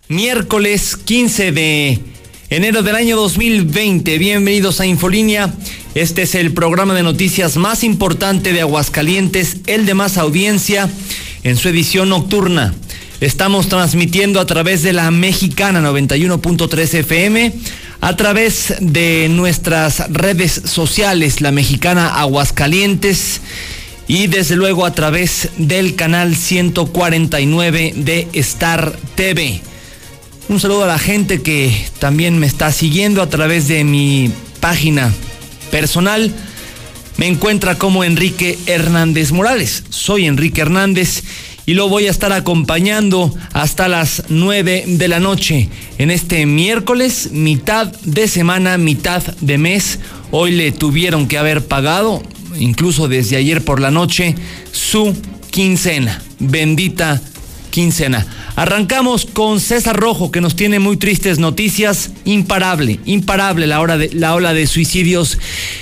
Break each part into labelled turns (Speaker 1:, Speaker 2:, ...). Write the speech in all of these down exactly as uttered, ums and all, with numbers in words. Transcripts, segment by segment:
Speaker 1: Miércoles quince de enero del año dos mil veinte. Bienvenidos a Infolínea. Este es el programa de noticias más importante de Aguascalientes, el de más audiencia en su edición nocturna. Estamos transmitiendo a través de la Mexicana noventa y uno punto tres F M, a través de nuestras redes sociales, la Mexicana Aguascalientes, y desde luego a través del canal ciento cuarenta y nueve de Star T V. Un saludo a la gente que también me está siguiendo a través de mi página personal. Me encuentra como Enrique Hernández Morales. Soy Enrique Hernández y lo voy a estar acompañando hasta las nueve de la noche en este miércoles, mitad de semana, mitad de mes. Hoy le tuvieron que haber pagado, incluso desde ayer por la noche, su quincena. Bendita quincena. Arrancamos con César Rojo, que nos tiene muy tristes noticias. Imparable, imparable la, hora de, la ola de suicidios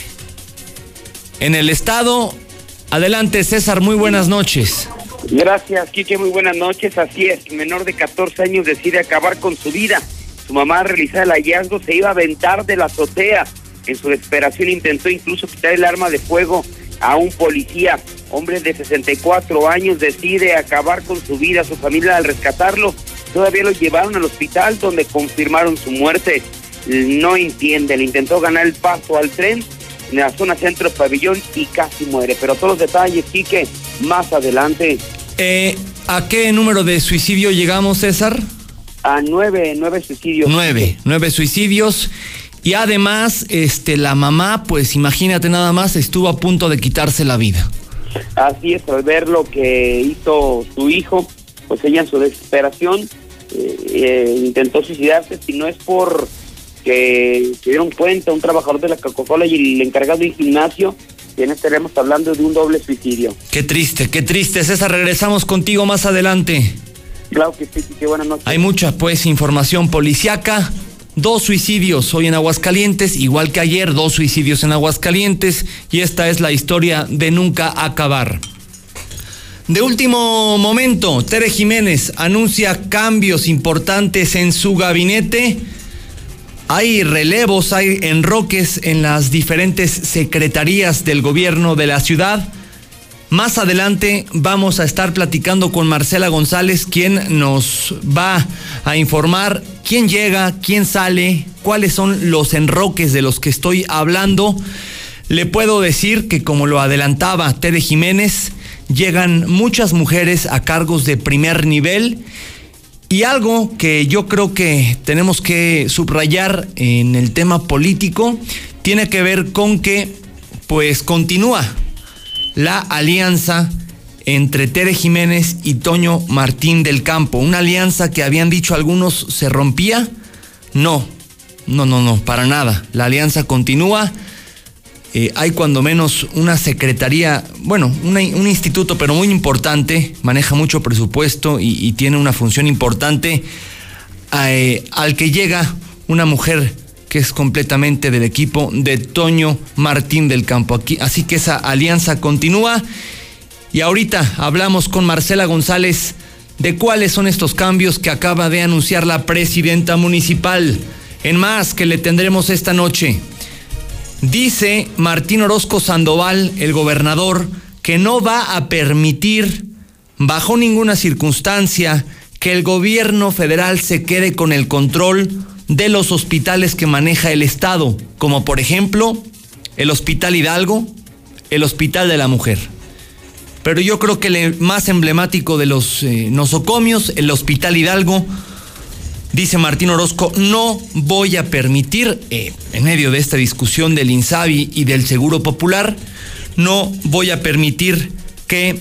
Speaker 1: en el estado. Adelante, César, muy buenas noches.
Speaker 2: Gracias, Quique, muy buenas noches. Así es, menor de catorce años decide acabar con su vida. Su mamá, al realizar el hallazgo, se iba a aventar de la azotea. En su desesperación intentó incluso quitar el arma de fuego a un policía. Hombre de sesenta y cuatro años decide acabar con su vida. Su familia, al rescatarlo, todavía lo llevaron al hospital, donde confirmaron su muerte. No entiende, le intentó ganar el paso al tren en la zona centro pabellón y casi muere. Pero todos los detalles, Quique, más adelante.
Speaker 1: Eh, ¿A qué número de suicidio llegamos, César?
Speaker 2: A nueve, nueve suicidios.
Speaker 1: Nueve, nueve suicidios. Y además, este, la mamá, pues imagínate nada más, estuvo a punto de quitarse la vida.
Speaker 2: Así es, al ver lo que hizo su hijo, pues ella en su desesperación eh, eh, intentó suicidarse. Si no es por que se dieron cuenta un trabajador de la Coca-Cola y el encargado de un gimnasio, bien estaremos hablando de un doble suicidio.
Speaker 1: Qué triste, qué triste. César, regresamos contigo más adelante.
Speaker 2: Claro que sí, qué buenas noches.
Speaker 1: Hay mucha, pues, información policiaca. Dos suicidios hoy en Aguascalientes, igual que ayer, dos suicidios en Aguascalientes, y esta es la historia de nunca acabar. De último momento, Tere Jiménez anuncia cambios importantes en su gabinete. Hay relevos, hay enroques en las diferentes secretarías del gobierno de la ciudad. Más adelante vamos a estar platicando con Marcela González, quien nos va a informar quién llega, quién sale, cuáles son los enroques de los que estoy hablando. Le puedo decir que, como lo adelantaba Tere Jiménez, llegan muchas mujeres a cargos de primer nivel, y algo que yo creo que tenemos que subrayar en el tema político tiene que ver con que, pues, continúa la alianza entre Tere Jiménez y Toño Martín del Campo. Una alianza que habían dicho algunos se rompía. No, no, no, no, para nada. La alianza continúa. Eh, hay cuando menos una secretaría, bueno, una, un instituto, pero muy importante, maneja mucho presupuesto y, y tiene una función importante, eh, al que llega una mujer que es completamente del equipo de Toño Martín del Campo. Aquí, así que esa alianza continúa. Y ahorita hablamos con Marcela González de cuáles son estos cambios que acaba de anunciar la presidenta municipal. En más, que le tendremos esta noche. Dice Martín Orozco Sandoval, el gobernador, que no va a permitir, bajo ninguna circunstancia, que el gobierno federal se quede con el control de los hospitales que maneja el Estado, como por ejemplo el Hospital Hidalgo, el Hospital de la Mujer. Pero yo creo que el más emblemático de los eh, nosocomios, el Hospital Hidalgo, dice Martín Orozco, no voy a permitir, eh, en medio de esta discusión del INSABI y del Seguro Popular, no voy a permitir que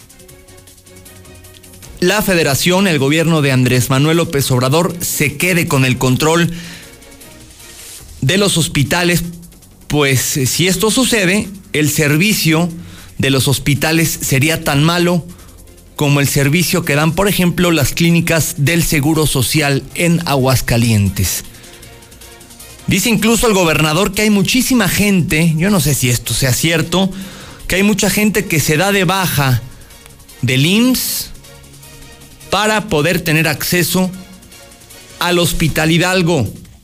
Speaker 1: la Federación, el gobierno de Andrés Manuel López Obrador, se quede con el control de los hospitales, pues si esto sucede, el servicio de los hospitales sería tan malo como el servicio que dan, por ejemplo, las clínicas del Seguro Social en Aguascalientes. Dice incluso el gobernador que hay muchísima gente, yo no sé si esto sea cierto, que hay mucha gente que se da de baja del I M S S para poder tener acceso al Hospital Hidalgo.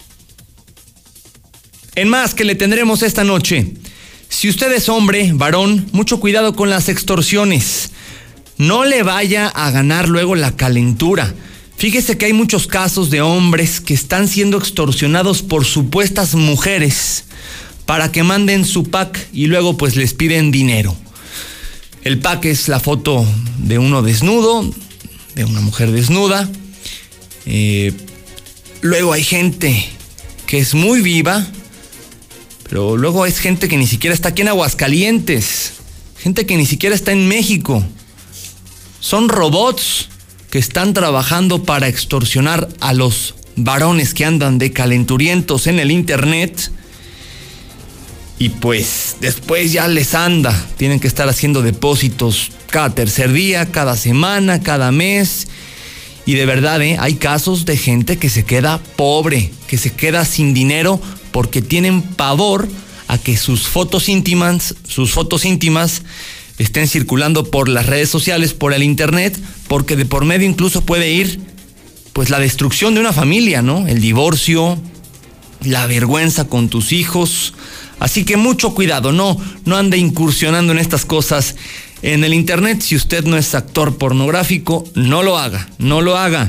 Speaker 1: En más que le tendremos esta noche. Si usted es hombre, varón, mucho cuidado con las extorsiones. No le vaya a ganar luego la calentura. Fíjese que hay muchos casos de hombres que están siendo extorsionados por supuestas mujeres para que manden su pack y luego pues les piden dinero. El pack es la foto de uno desnudo, de una mujer desnuda. Eh, luego hay gente que es muy viva, pero luego es gente que ni siquiera está aquí en Aguascalientes, gente que ni siquiera está en México. Son robots que están trabajando para extorsionar a los varones que andan de calenturientos en el internet. Y pues después ya les anda. Tienen que estar haciendo depósitos cada tercer día, cada semana, cada mes. Y de verdad, ¿eh? Hay casos de gente que se queda pobre, que se queda sin dinero porque tienen pavor a que sus fotos íntimas, sus fotos íntimas estén circulando por las redes sociales, por el internet, porque de por medio incluso puede ir pues la destrucción de una familia, ¿no? El divorcio, la vergüenza con tus hijos. Así que mucho cuidado, no, no ande incursionando en estas cosas en el internet. Si usted no es actor pornográfico, no lo haga, no lo haga.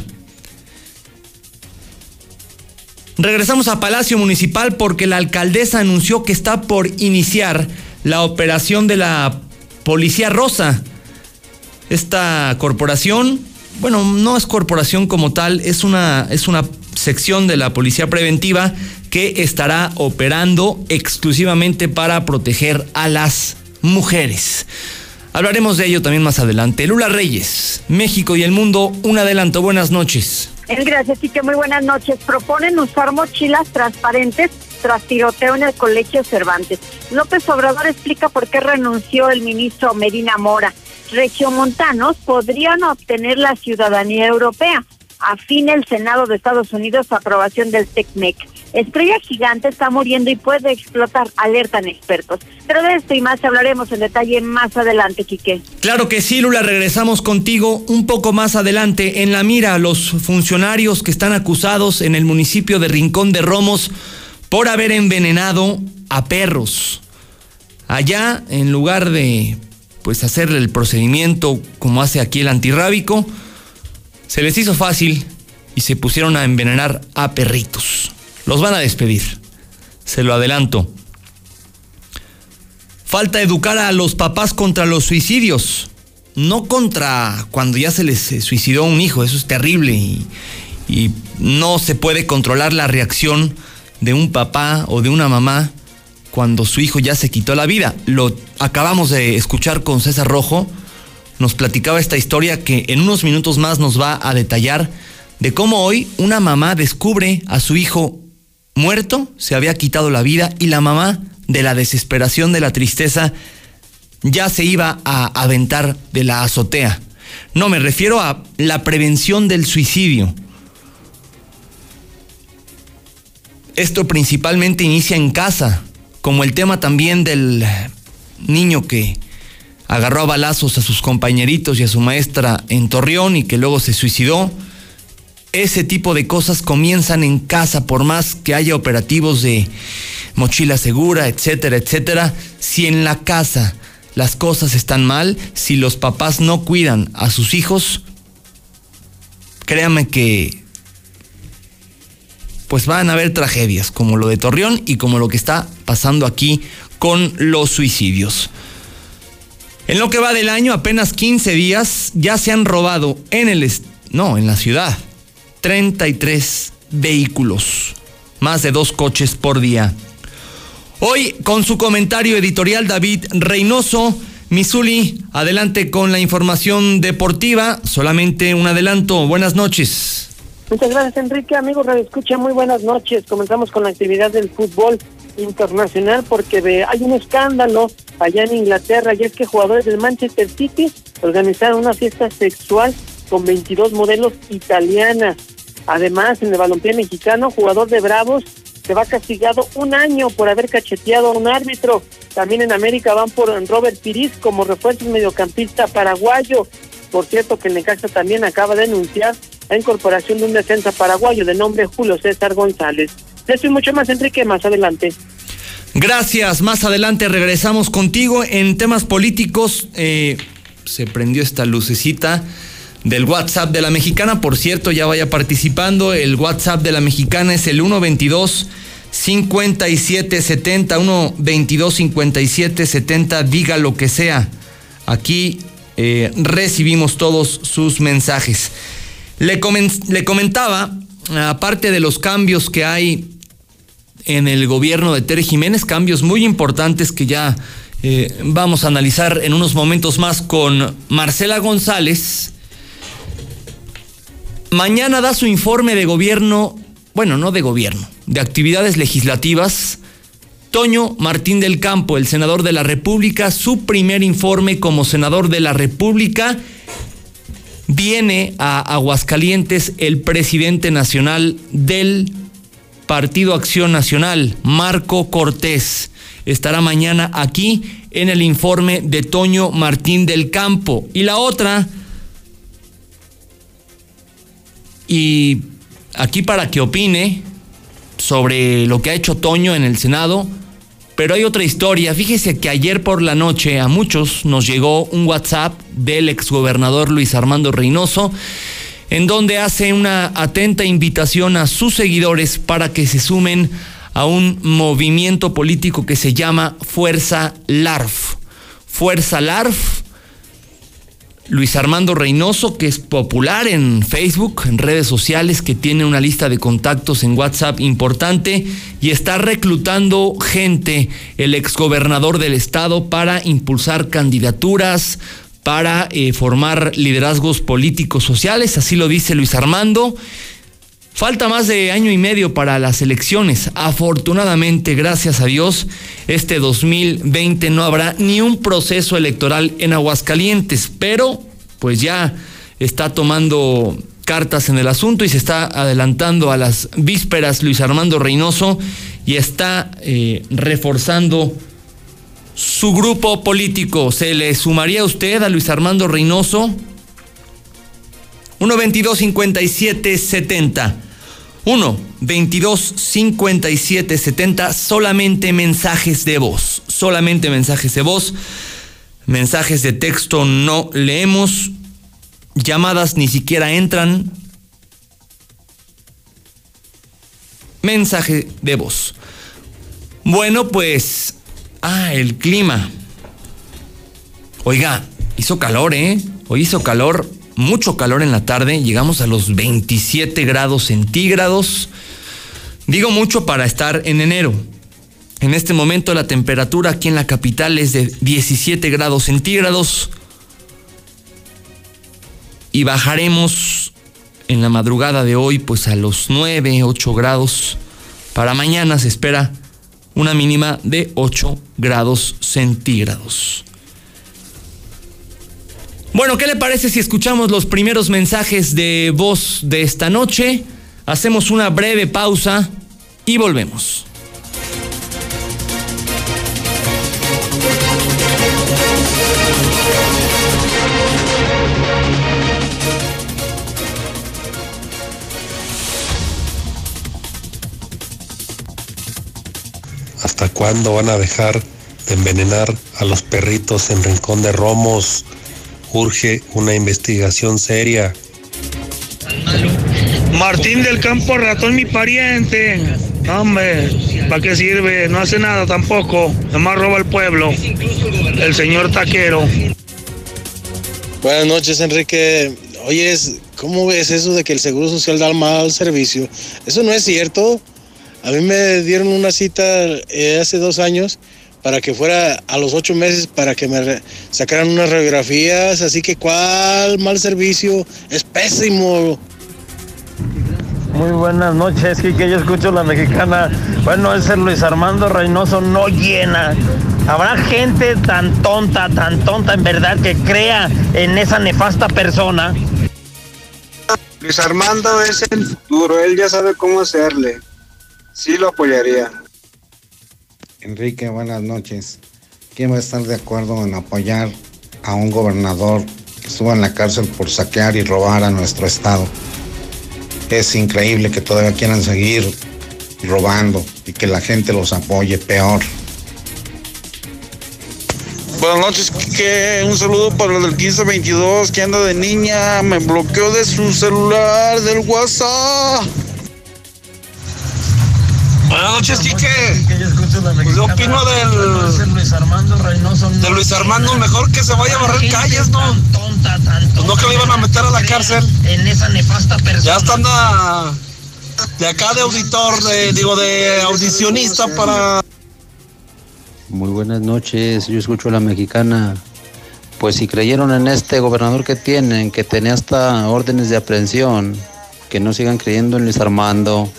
Speaker 1: Regresamos a Palacio Municipal porque la alcaldesa anunció que está por iniciar la operación de la Policía Rosa. Esta corporación, bueno, no es corporación como tal, es una, es una sección de la Policía Preventiva que estará operando exclusivamente para proteger a las mujeres. Hablaremos de ello también más adelante. Lula Reyes, México y el mundo, un adelanto. Buenas noches.
Speaker 3: Gracias, y que muy buenas noches. Proponen usar mochilas transparentes tras tiroteo en el Colegio Cervantes. López Obrador explica por qué renunció el ministro Medina Mora. Regiomontanos podrían obtener la ciudadanía europea. Afina el Senado de Estados Unidos aprobación del TECMEC. Estrella gigante está muriendo y puede explotar, alertan expertos. Pero de esto y más hablaremos en detalle más adelante, Quique.
Speaker 1: Claro que sí, Lula, regresamos contigo un poco más adelante. En la mira, los funcionarios que están acusados en el municipio de Rincón de Romos por haber envenenado a perros. Allá, en lugar de pues hacer el procedimiento como hace aquí el antirrábico, se les hizo fácil y se pusieron a envenenar a perritos. Los van a despedir, se lo adelanto. Falta educar a los papás contra los suicidios, no contra cuando ya se les suicidó un hijo, eso es terrible y, y no se puede controlar la reacción de un papá o de una mamá cuando su hijo ya se quitó la vida. Lo acabamos de escuchar con César Rojo, nos platicaba esta historia que en unos minutos más nos va a detallar de cómo hoy una mamá descubre a su hijo muerto, se había quitado la vida y la mamá, de la desesperación, de la tristeza, ya se iba a aventar de la azotea. No, me refiero a la prevención del suicidio. Esto principalmente inicia en casa, como el tema también del niño que agarró a balazos a sus compañeritos y a su maestra en Torreón y que luego se suicidó. Ese tipo de cosas comienzan en casa, por más que haya operativos de mochila segura, etcétera, etcétera. Si en la casa las cosas están mal, si los papás no cuidan a sus hijos, créanme que pues van a haber tragedias como lo de Torreón y como lo que está pasando aquí con los suicidios. En lo que va del año, apenas quince días, ya se han robado en el est- no, en la ciudad, treinta y tres vehículos, más de dos coches por día. Hoy, con su comentario editorial, David Reynoso. Misuli, adelante con la información deportiva. Solamente un adelanto. Buenas noches.
Speaker 4: Muchas gracias, Enrique. Amigos Radio Escucha, muy buenas noches. Comenzamos con la actividad del fútbol internacional porque ve, hay un escándalo allá en Inglaterra y es que jugadores del Manchester City organizaron una fiesta sexual con veintidós modelos italianas. Además, en el balompié mexicano, jugador de Bravos se va castigado un año por haber cacheteado a un árbitro. También en América van por Robert Piriz como refuerzo mediocampista paraguayo. Por cierto que el Necaxa también acaba de anunciar la incorporación de un defensa paraguayo de nombre Julio César González. Esto y mucho más, Enrique, más adelante.
Speaker 1: Gracias, más adelante regresamos contigo en temas políticos. Eh, se prendió esta lucecita del WhatsApp de la Mexicana, por cierto, ya vaya participando. El WhatsApp de la Mexicana es el uno veintidós cincuenta y siete setenta, uno veintidós cincuenta y siete setenta, diga lo que sea. Aquí eh, recibimos todos sus mensajes. Le, comen- le comentaba, aparte de los cambios que hay en el gobierno de Tere Jiménez, cambios muy importantes que ya eh, vamos a analizar en unos momentos más con Marcela González. Mañana da su informe de gobierno, bueno, no de gobierno, de actividades legislativas, Toño Martín del Campo, el senador de la República, su primer informe como senador de la República. Viene a Aguascalientes el presidente nacional del Partido Acción Nacional, Marco Cortés. Estará mañana aquí en el informe de Toño Martín del Campo. Y la otra, y aquí para que opine sobre lo que ha hecho Toño en el Senado, pero hay otra historia. Fíjese que ayer por la noche a muchos nos llegó un WhatsApp del exgobernador Luis Armando Reynoso, en donde hace una atenta invitación a sus seguidores para que se sumen a un movimiento político que se llama Fuerza LARF. Fuerza LARF, Luis Armando Reynoso, que es popular en Facebook, en redes sociales, que tiene una lista de contactos en WhatsApp importante y está reclutando gente, el exgobernador del estado, para impulsar candidaturas, para eh, formar liderazgos políticos sociales, así lo dice Luis Armando. Falta más de año y medio para las elecciones. Afortunadamente, gracias a Dios, este dos mil veinte no habrá ni un proceso electoral en Aguascalientes, pero pues ya está tomando cartas en el asunto y se está adelantando a las vísperas Luis Armando Reynoso y está eh, reforzando su grupo político. ¿Se le sumaría usted a Luis Armando Reynoso? uno veintidós cincuenta y siete setenta. uno veintidós cincuenta y siete setenta. Solamente mensajes de voz. Solamente mensajes de voz. Mensajes de texto no leemos. Llamadas ni siquiera entran. Mensaje de voz. Bueno, pues... Ah, el clima. Oiga, hizo calor, ¿eh? Hoy hizo calor, mucho calor en la tarde. Llegamos a los veintisiete grados centígrados. Digo mucho para estar en enero. En este momento la temperatura aquí en la capital es de diecisiete grados centígrados. Y bajaremos en la madrugada de hoy pues a los nueve, ocho grados. Para mañana se espera una mínima de ocho grados centígrados. Bueno, ¿qué le parece si escuchamos los primeros mensajes de voz de esta noche? Hacemos una breve pausa y volvemos.
Speaker 5: ¿Hasta cuándo van a dejar de envenenar a los perritos en Rincón de Romos? Urge una investigación seria.
Speaker 6: Martín del Campo Ratón, mi pariente. Hombre, ¿para qué sirve? No hace nada tampoco. Nomás roba el pueblo. El señor taquero.
Speaker 7: Buenas noches, Enrique. Oye, ¿cómo ves eso de que el Seguro Social da mal servicio? Eso no es cierto. A mí me dieron una cita eh, hace dos años para que fuera a los ocho meses para que me re- sacaran unas radiografías, así que ¿cuál mal servicio? Es pésimo.
Speaker 8: Muy buenas noches, Quique, yo escucho La Mexicana. Bueno, ese Luis Armando Reynoso no llena. Habrá gente tan tonta, tan tonta en verdad que crea en esa nefasta persona.
Speaker 9: Luis Armando es el futuro, él ya sabe cómo hacerle. Sí lo apoyaría.
Speaker 10: Enrique, buenas noches. ¿Quién va a estar de acuerdo en apoyar a un gobernador que estuvo en la cárcel por saquear y robar a nuestro estado? Es increíble que todavía quieran seguir robando y que la gente los apoye, peor.
Speaker 11: Buenas noches, que un saludo para el del quince veintidós que anda de niña, me bloqueó de su celular, del WhatsApp. Buenas noches, Quique. Pues yo opino del Luis Armando Reynoso. De Luis Armando, mejor que se vaya a barrer calles, ¿no? Pues no que lo iban a meter a la cárcel. En esa nefasta persona. Ya están a, de acá de auditor, de, digo, de audicionista para...
Speaker 12: Muy buenas noches, yo escucho a la mexicana. Pues si creyeron en este gobernador que tienen, que tenía hasta órdenes de aprehensión, que no sigan creyendo en Luis Armando.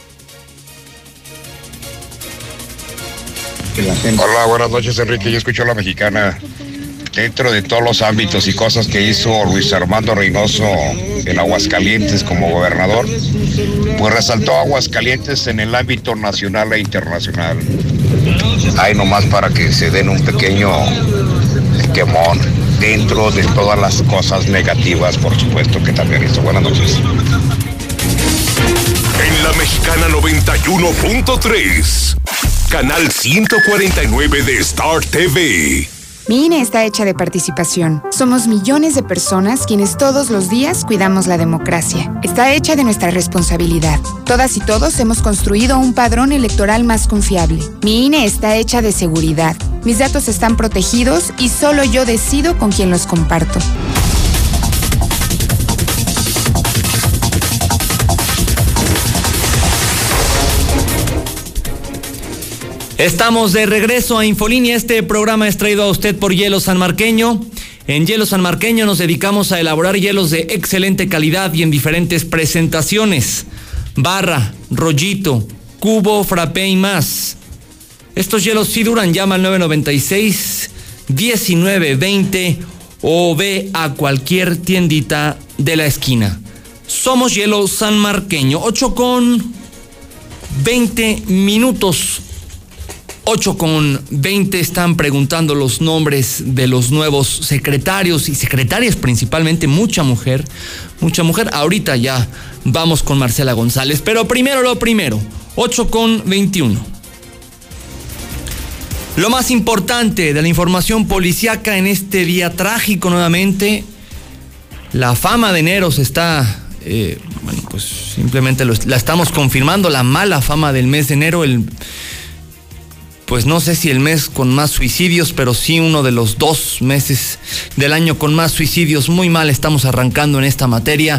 Speaker 13: Hola, buenas noches, Enrique, yo escucho a la mexicana. Dentro de todos los ámbitos y cosas que hizo Luis Armando Reynoso en Aguascalientes como gobernador, pues resaltó Aguascalientes en el ámbito nacional e internacional. Hay nomás para que se den un pequeño quemón dentro de todas las cosas negativas, por supuesto, que también hizo. Buenas noches.
Speaker 14: En la Mexicana noventa y uno punto tres, canal ciento cuarenta y nueve de Star T V.
Speaker 15: Mi I N E está hecha de participación. Somos millones de personas quienes todos los días cuidamos la democracia. Está hecha de nuestra responsabilidad. Todas y todos hemos construido un padrón electoral más confiable. Mi I N E está hecha de seguridad. Mis datos están protegidos y solo yo decido con quién los comparto.
Speaker 1: Estamos de regreso a Infolínea. Este programa es traído a usted por Hielo Sanmarqueño. En Hielo Sanmarqueño nos dedicamos a elaborar hielos de excelente calidad y en diferentes presentaciones: barra, rollito, cubo, frappé y más. Estos hielos sí duran. Llama al nueve noventa y seis, diecinueve veinte o ve a cualquier tiendita de la esquina. Somos Hielo Sanmarqueño. ocho con veinte minutos. ocho con veinte, están preguntando los nombres de los nuevos secretarios y secretarias, principalmente mucha mujer, mucha mujer. Ahorita ya vamos con Marcela González, pero primero lo primero, ocho con veintiuno. Lo más importante de la información policíaca en este día trágico nuevamente, la fama de enero se está, eh, bueno, pues simplemente lo, la estamos confirmando, la mala fama del mes de enero, el... pues no sé si el mes con más suicidios, pero sí uno de los dos meses del año con más suicidios. Muy mal estamos arrancando en esta materia.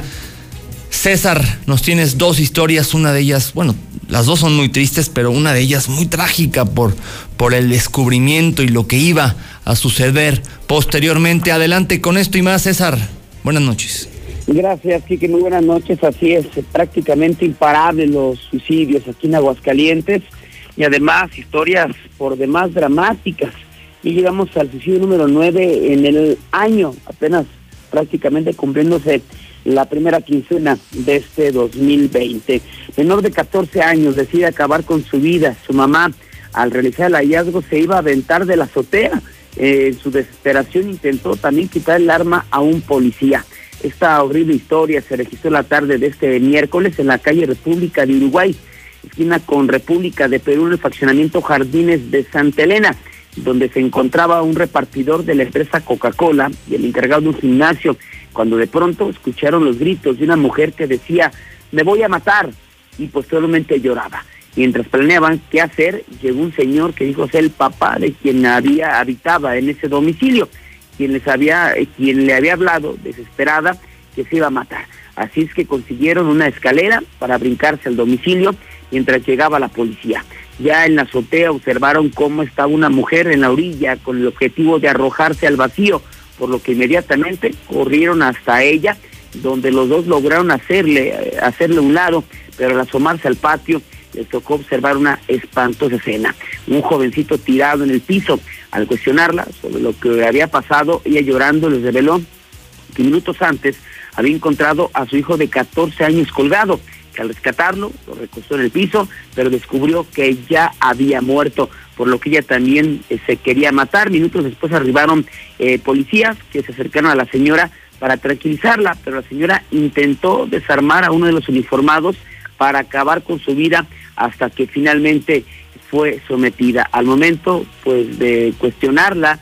Speaker 1: César, nos tienes dos historias, una de ellas, bueno, las dos son muy tristes, pero una de ellas muy trágica por, por el descubrimiento y lo que iba a suceder posteriormente. Adelante con esto y más, César. Buenas noches.
Speaker 2: Gracias, Quique, muy buenas noches. Así es, prácticamente imparables los suicidios aquí en Aguascalientes. Y además historias por demás dramáticas. Y llegamos al suicidio número nueve en el año, apenas prácticamente cumpliéndose la primera quincena de este dos mil veinte. Menor de catorce años decide acabar con su vida. Su mamá, al realizar el hallazgo, se iba a aventar de la azotea. Eh, en su desesperación intentó también quitar el arma a un policía. Esta horrible historia se registró la tarde de este miércoles en la calle República de Uruguay, esquina con República de Perú, en el fraccionamiento Jardines de Santa Elena, donde se encontraba un repartidor de la empresa Coca-Cola y el encargado de un gimnasio, cuando de pronto escucharon los gritos de una mujer que decía: "Me voy a matar", y posteriormente lloraba. Mientras planeaban qué hacer, llegó un señor que dijo ser el papá de quien había habitaba en ese domicilio, quien les había, quien le había hablado desesperada que se iba a matar. Así es que consiguieron una escalera para brincarse al domicilio mientras llegaba la policía. Ya en la azotea observaron cómo estaba una mujer en la orilla con el objetivo de arrojarse al vacío, por lo que inmediatamente corrieron hasta ella, donde los dos lograron hacerle, hacerle un lado, pero al asomarse al patio les tocó observar una espantosa escena. Un jovencito tirado en el piso. Al cuestionarla sobre lo que había pasado, ella llorando les reveló que minutos antes había encontrado a su hijo de catorce años colgado, que al rescatarlo lo recostó en el piso, pero descubrió que ya había muerto, por lo que ella también eh, se quería matar. Minutos después arribaron eh, policías que se acercaron a la señora para tranquilizarla, pero la señora intentó desarmar a uno de los uniformados para acabar con su vida hasta que finalmente fue sometida. Al momento, pues, de cuestionarla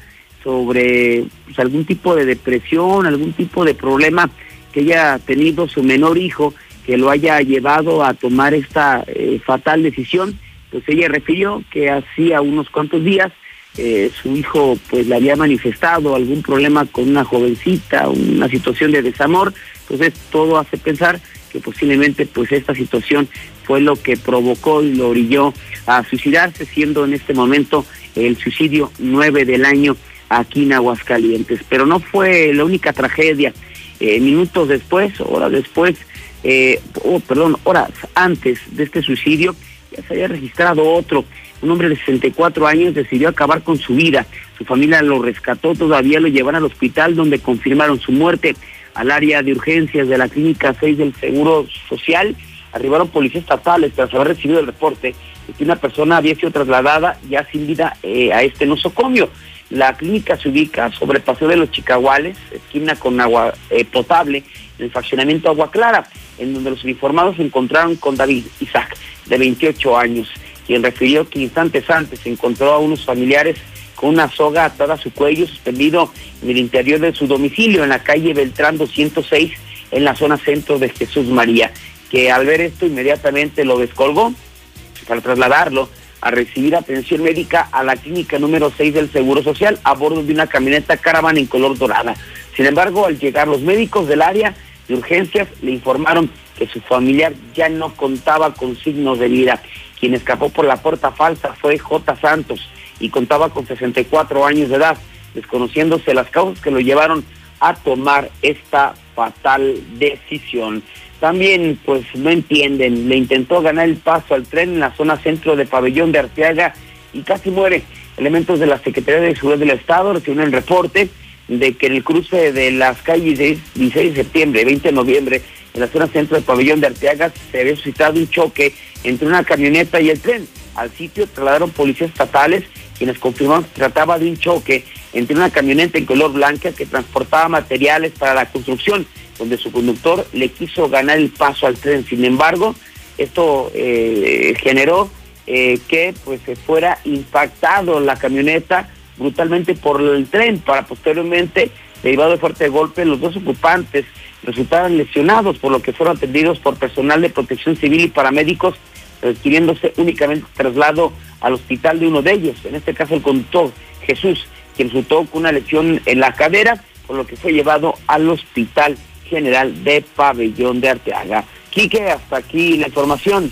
Speaker 2: sobre pues, algún tipo de depresión, algún tipo de problema que haya tenido su menor hijo, que lo haya llevado a tomar esta eh, fatal decisión, pues ella refirió que hacía unos cuantos días eh, su hijo pues le había manifestado algún problema con una jovencita, una situación de desamor. Entonces todo hace pensar que posiblemente pues esta situación fue lo que provocó y lo orilló a suicidarse, siendo en este momento el suicidio nueve del año aquí en Aguascalientes. Pero no fue la única tragedia. Eh, minutos después, horas después, eh, oh, perdón, horas antes de este suicidio, ya se había registrado otro. Un hombre de sesenta y cuatro años decidió acabar con su vida. Su familia lo rescató, todavía lo llevaron al hospital donde confirmaron su muerte. Al área de urgencias de la Clínica seis del Seguro Social arribaron policías estatales tras haber recibido el reporte de que una persona había sido trasladada ya sin vida eh, a este nosocomio. La clínica se ubica sobre el Paseo de los Chicahuales, esquina con agua eh, potable, en el fraccionamiento Agua Clara, en donde los uniformados se encontraron con David Isaac, de veintiocho años, quien refirió que instantes antes se encontró a unos familiares con una soga atada a su cuello, suspendido en el interior de su domicilio, en la calle Beltrán doscientos seis, en la zona centro de Jesús María, que al ver esto inmediatamente lo descolgó para trasladarlo a recibir atención médica a la clínica número seis del Seguro Social a bordo de una camioneta Caravan en color dorada. Sin embargo, al llegar los médicos del área de urgencias le informaron que su familiar ya no contaba con signos de vida. Quien escapó por la puerta falsa fue J. Santos y contaba con sesenta y cuatro años de edad, desconociéndose las causas que lo llevaron a tomar esta fatal decisión. También, pues, no entienden, le intentó ganar el paso al tren en la zona centro de Pabellón de Arteaga y casi muere. Elementos de la Secretaría de Seguridad del Estado recibieron el reporte de que en el cruce de las calles de dieciséis de septiembre, veinte de noviembre, en la zona centro de Pabellón de Arteaga se había suscitado un choque entre una camioneta y el tren. Al sitio trasladaron policías estatales, quienes confirmaron que se trataba de un choque entre una camioneta en color blanca que transportaba materiales para la construcción, donde su conductor le quiso ganar el paso al tren. Sin embargo, esto eh, generó eh, que pues se fuera impactado la camioneta brutalmente por el tren, para posteriormente, derivado de fuerte golpe, los dos ocupantes resultaron lesionados, por lo que fueron atendidos por personal de protección civil y paramédicos, requiriéndose únicamente traslado al hospital de uno de ellos, en este caso el conductor Jesús, quien resultó con una lesión en la cadera, por lo que fue llevado al Hospital General de Pabellón de Arteaga. Quique, hasta aquí la información.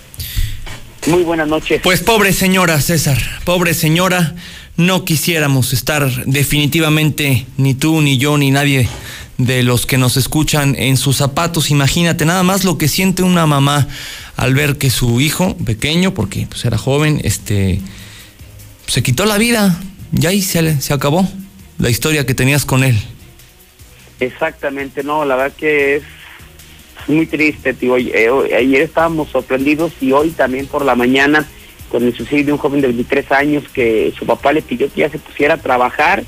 Speaker 2: Muy buenas noches.
Speaker 1: Pues pobre señora, César, pobre señora, no quisiéramos estar definitivamente, ni tú, ni yo, ni nadie de los que nos escuchan en sus zapatos. Imagínate nada más lo que siente una mamá al ver que su hijo pequeño, porque pues era joven, este, se quitó la vida, y ahí se, se acabó la historia que tenías con él.
Speaker 2: Exactamente, no, la verdad que es muy triste, tío. Ayer estábamos sorprendidos y hoy también por la mañana con el suicidio de un joven de veintitrés años que su papá le pidió que ya se pusiera a trabajar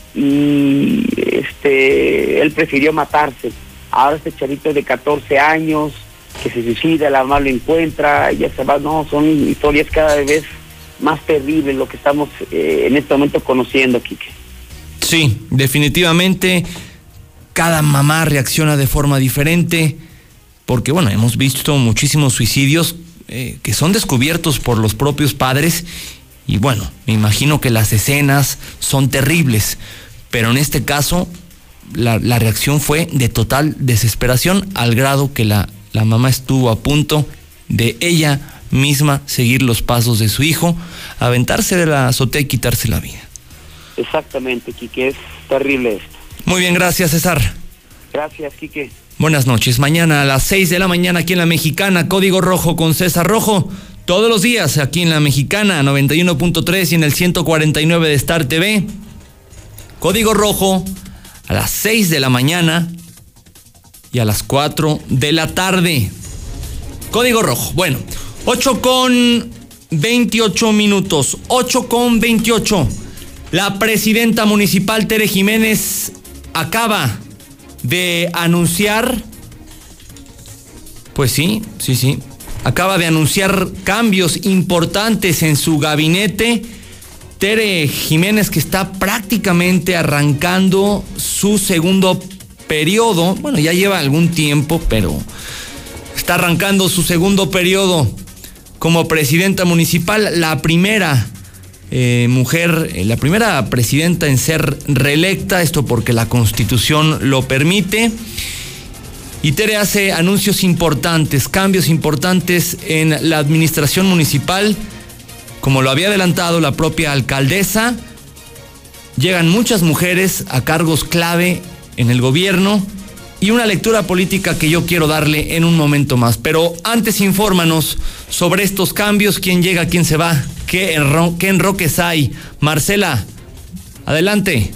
Speaker 2: y este él prefirió matarse. Ahora este chavito de catorce años que se suicida, la mamá lo encuentra, ya se va. No, son historias cada vez más terribles lo que estamos eh, en este momento conociendo, Quique.
Speaker 1: Sí, definitivamente cada mamá reacciona de forma diferente, porque bueno, hemos visto muchísimos suicidios eh, que son descubiertos por los propios padres, y bueno, me imagino que las escenas son terribles, pero en este caso la, la reacción fue de total desesperación, al grado que la, la mamá estuvo a punto de ella misma seguir los pasos de su hijo, aventarse de la azotea y quitarse la vida.
Speaker 2: Exactamente, Quique, es terrible esto.
Speaker 1: Muy bien, gracias, César.
Speaker 2: Gracias, Quique.
Speaker 1: Buenas noches. Mañana a las seis de la mañana aquí en La Mexicana, Código Rojo con César Rojo. Todos los días aquí en La Mexicana, noventa y uno punto tres y en el ciento cuarenta y nueve de Star T V. Código Rojo a las seis de la mañana y a las cuatro de la tarde. Código Rojo. Bueno, ocho con veintiocho minutos. ocho con veintiocho. La presidenta municipal Tere Jiménez acaba de anunciar, pues sí, sí, sí, acaba de anunciar cambios importantes en su gabinete. Tere Jiménez, que está prácticamente arrancando su segundo periodo, bueno, ya lleva algún tiempo, pero está arrancando su segundo periodo como presidenta municipal, la primera eh, mujer, eh, la primera presidenta en ser reelecta, esto porque la Constitución lo permite. Y Tere hace anuncios importantes, cambios importantes en la administración municipal. Como lo había adelantado la propia alcaldesa, llegan muchas mujeres a cargos clave en el gobierno y una lectura política que yo quiero darle en un momento más. Pero antes, infórmanos sobre estos cambios, quién llega, quién se va, qué, enro- qué enroques hay. Marcela, adelante.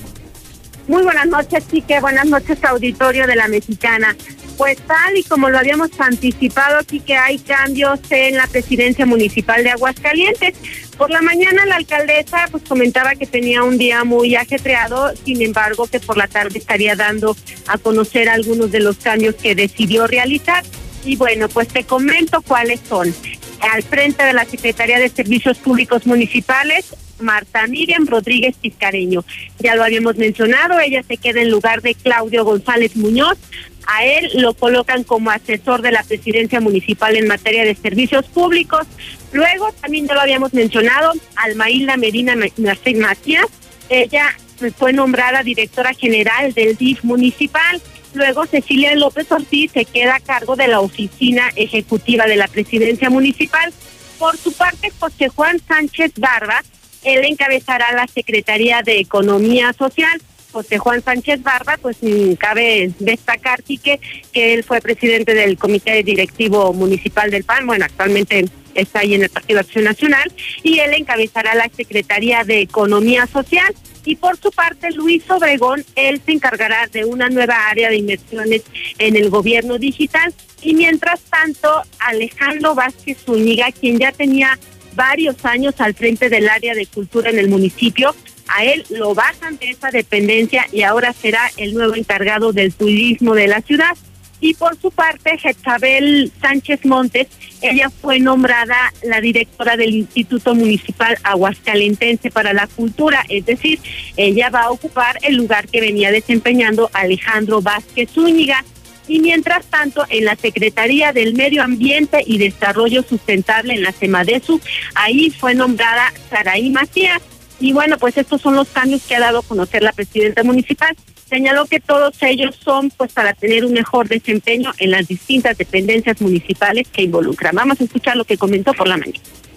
Speaker 3: Muy buenas noches, Quique, buenas noches, auditorio de La Mexicana. Pues tal y como lo habíamos anticipado, aquí que hay cambios en la presidencia municipal de Aguascalientes. Por la mañana la alcaldesa pues comentaba que tenía un día muy ajetreado, sin embargo que por la tarde estaría dando a conocer algunos de los cambios que decidió realizar. Y bueno, pues te comento cuáles son. Al frente de la Secretaría de Servicios Públicos Municipales, Marta Miriam Rodríguez Tiscareño. Ya lo habíamos mencionado, ella se queda en lugar de Claudio González Muñoz. A él lo colocan como asesor de la presidencia municipal en materia de servicios públicos. Luego, también ya lo habíamos mencionado, Almailda Medina Macías, ella fue nombrada directora general del D I F municipal. Luego, Cecilia López Ortiz se queda a cargo de la oficina ejecutiva de la presidencia municipal. Por su parte, José Juan Sánchez Barba, él encabezará la Secretaría de Economía Social. José Juan Sánchez Barba, pues cabe destacar, Quique, que él fue presidente del Comité Directivo Municipal del P A N, bueno, actualmente está ahí en el Partido Acción Nacional, y él encabezará la Secretaría de Economía Social. Y por su parte, Luis Obregón, él se encargará de una nueva área de inversiones en el gobierno digital. Y mientras tanto, Alejandro Vázquez Zúñiga, quien ya tenía varios años al frente del área de cultura en el municipio, a él lo bajan de esa dependencia y ahora será el nuevo encargado del turismo de la ciudad. Y por su parte, Jezabel Sánchez Montes, ella fue nombrada la directora del Instituto Municipal Aguascalentense para la Cultura, es decir, ella va a ocupar el lugar que venía desempeñando Alejandro Vázquez Zúñiga. Y mientras tanto, en la Secretaría del Medio Ambiente y Desarrollo Sustentable, en la SEMADESU, ahí fue nombrada Saraí Macías. Y bueno, pues estos son los cambios que ha dado a conocer la presidenta municipal. Señaló que todos ellos son pues para tener un mejor desempeño en las distintas dependencias municipales que involucran. Vamos a escuchar lo que comentó por la mañana.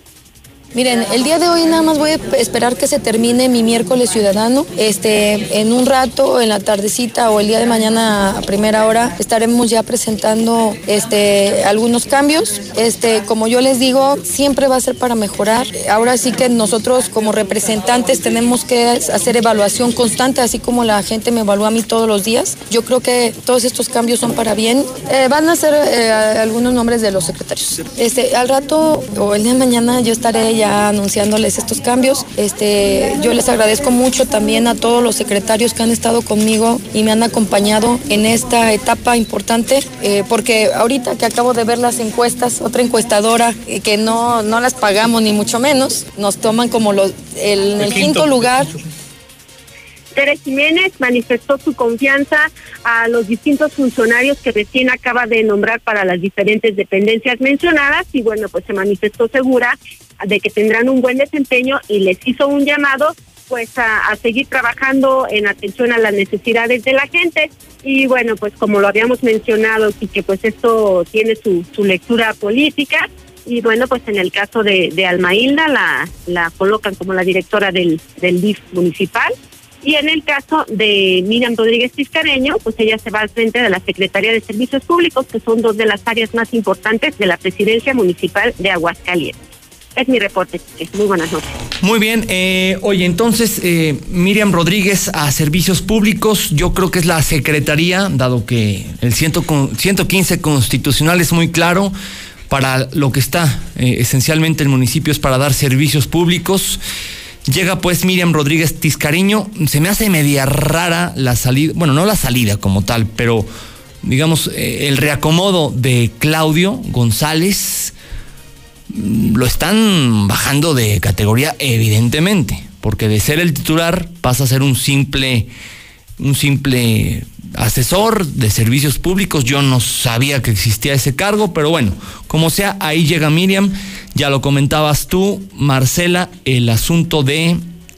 Speaker 16: Miren, el día de hoy nada más voy a esperar que se termine mi miércoles ciudadano. Este, en un rato, en la tardecita o el día de mañana a primera hora, estaremos ya presentando este, algunos cambios. Este, como yo les digo, siempre va a ser para mejorar. Ahora sí que nosotros como representantes tenemos que hacer evaluación constante, así como la gente me evalúa a mí todos los días. Yo creo que todos estos cambios son para bien. Eh, van a ser eh, algunos nombres de los secretarios. Este, al rato o el día de mañana yo estaré ya anunciándoles estos cambios. Este, yo les agradezco mucho también a todos los secretarios que han estado conmigo y me han acompañado en esta etapa importante, eh, porque ahorita que acabo de ver las encuestas, otra encuestadora eh, que no, no las pagamos ni mucho menos, nos toman como los, el, en el quinto, quinto lugar.
Speaker 3: Tere Jiménez manifestó su confianza a los distintos funcionarios que recién acaba de nombrar para las diferentes dependencias mencionadas y bueno, pues se manifestó segura de que tendrán un buen desempeño y les hizo un llamado pues a, a seguir trabajando en atención a las necesidades de la gente. Y bueno, pues como lo habíamos mencionado y que pues esto tiene su, su lectura política. Y bueno, pues en el caso de, de Almailda la, la colocan como la directora del, del D I F municipal. Y en el caso de Miriam Rodríguez Tiscareño, pues ella se va al frente de la Secretaría de Servicios Públicos, que son dos de las áreas más importantes de la presidencia municipal de Aguascalientes. Es mi reporte. Muy buenas noches.
Speaker 1: Muy bien. Eh, oye, entonces, eh, Miriam Rodríguez a Servicios Públicos, yo creo que es la Secretaría, dado que el ciento quince constitucional es muy claro, para lo que está eh, esencialmente el municipio es para dar servicios públicos. Llega pues Miriam Rodríguez Tiscariño. Se me hace media rara la salida, bueno, no la salida como tal, pero digamos eh, el reacomodo de Claudio González. Lo están bajando de categoría evidentemente, porque de ser el titular pasa a ser un simple, un simple asesor de servicios públicos. Yo no sabía que existía ese cargo, pero bueno, como sea, ahí llega Miriam. Ya lo comentabas tú, Marcela, el asunto de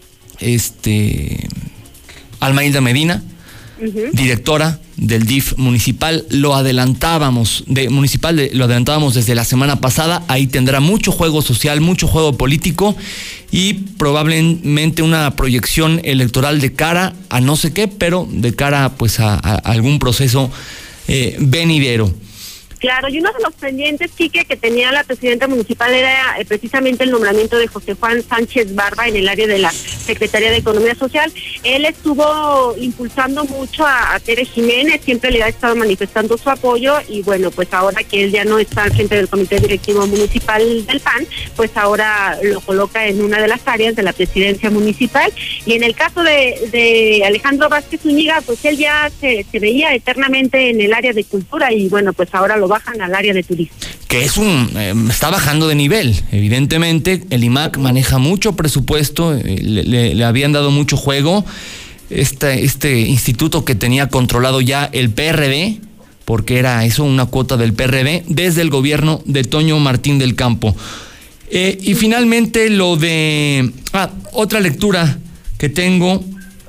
Speaker 1: este Almailda Medina, uh-huh. directora del D I F municipal. Lo adelantábamos de municipal, de, lo adelantábamos desde la semana pasada. Ahí tendrá mucho juego social, mucho juego político y probablemente una proyección electoral de cara a no sé qué, pero de cara pues a, a algún proceso eh, venidero.
Speaker 3: Claro, y uno de los pendientes, Quique, que tenía la presidenta municipal era eh, precisamente el nombramiento de José Juan Sánchez Barba en el área de la Secretaría de Economía Social. Él estuvo impulsando mucho a, a Tere Jiménez, siempre le ha estado manifestando su apoyo y bueno, pues ahora que él ya no está al frente del Comité Directivo Municipal del P A N, pues ahora lo coloca en una de las áreas de la presidencia municipal. Y en el caso de, de Alejandro Vázquez Zúñiga, pues él ya se, se veía eternamente en el área de cultura y bueno, pues ahora lo bajan al área de turismo.
Speaker 1: Que es un, eh, está bajando de nivel, evidentemente. El I M A C maneja mucho presupuesto, eh, le, le, le habían dado mucho juego. Este, este instituto que tenía controlado ya el P R D, porque era eso, una cuota del P R D, desde el gobierno de Toño Martín del Campo. Eh, y finalmente lo de... Ah, otra lectura que tengo,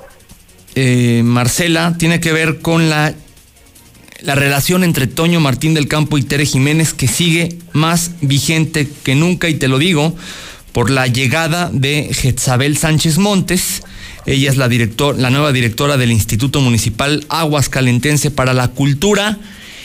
Speaker 1: eh, Marcela, tiene que ver con la la relación entre Toño Martín del Campo y Tere Jiménez, que sigue más vigente que nunca, y te lo digo por la llegada de Jezabel Sánchez Montes. Ella es la director, la nueva directora del Instituto Municipal Aguascalentense para la Cultura.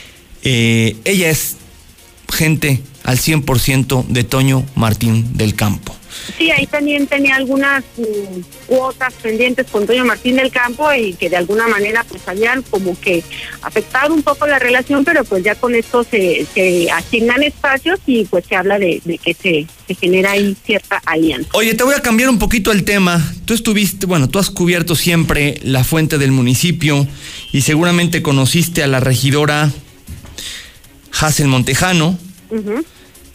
Speaker 1: Eh, ella es gente al cien por ciento de Toño Martín del Campo.
Speaker 3: Sí, ahí también tenía algunas um, cuotas pendientes con Toño Martín del Campo y que de alguna manera pues habían como que afectado un poco la relación, pero pues ya con esto se, se asignan espacios y pues se habla de, de que se, se genera ahí cierta alianza.
Speaker 1: Oye, te voy a cambiar un poquito el tema. Tú estuviste, bueno, tú has cubierto siempre la fuente del municipio y seguramente conociste a la regidora Hazel Montejano. Uh-huh.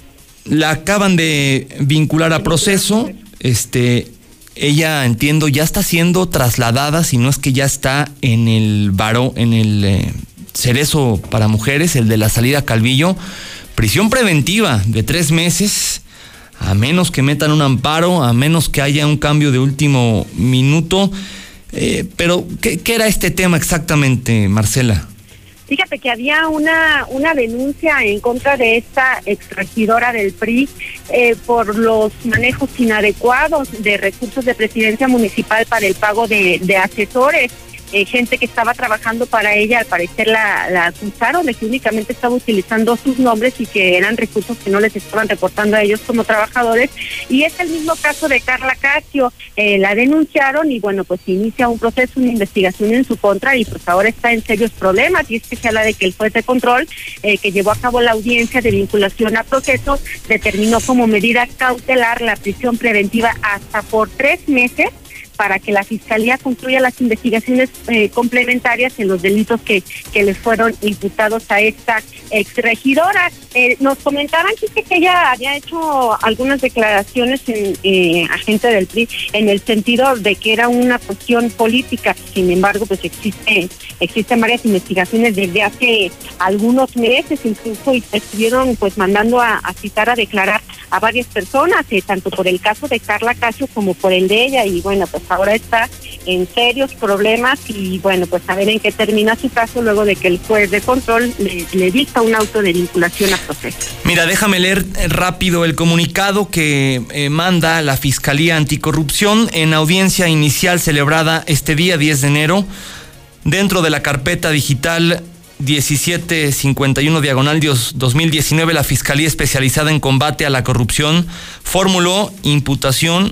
Speaker 1: La acaban de vincular a proceso. Este, ella, entiendo, ya está siendo trasladada, si no es que ya está en el varo, en el eh, Cerezo para mujeres, el de la salida Calvillo, prisión preventiva de tres meses, a menos que metan un amparo, a menos que haya un cambio de último minuto. Eh, pero, ¿qué, ¿qué era este tema exactamente, Marcela?
Speaker 3: Fíjate que había una una denuncia en contra de esta exregidora del P R I eh, por los manejos inadecuados de recursos de presidencia municipal para el pago de, de asesores. Eh, gente que estaba trabajando para ella, al parecer la, la acusaron de que únicamente estaba utilizando sus nombres y que eran recursos que no les estaban reportando a ellos como trabajadores. Y es el mismo caso de Carla Casio, eh, la denunciaron y bueno, pues inicia un proceso, una investigación en su contra y pues ahora está en serios problemas. Y es que se habla de que el juez de control eh, que llevó a cabo la audiencia de vinculación a proceso determinó como medida cautelar la prisión preventiva hasta por tres meses para que la Fiscalía concluya las investigaciones eh, complementarias en los delitos que, que les fueron imputados a esta exregidora. Eh, nos comentaban que, que ella había hecho algunas declaraciones en eh, agente del P R I en el sentido de que era una cuestión política. Sin embargo, pues existe existen varias investigaciones desde hace algunos meses, incluso y estuvieron pues mandando a, a citar a declarar a varias personas, eh, tanto por el caso de Carla Casio como por el de ella, y bueno, pues ahora está en serios problemas y bueno, pues a ver en qué termina su caso luego de que el juez de control le, le dicta un auto de vinculación a proceso.
Speaker 1: Mira, déjame leer rápido el comunicado que eh, manda la Fiscalía Anticorrupción en audiencia inicial celebrada este día diez de enero dentro de la carpeta digital diecisiete cincuenta y uno diagonal dos mil diecinueve. La Fiscalía Especializada en Combate a la Corrupción formuló imputación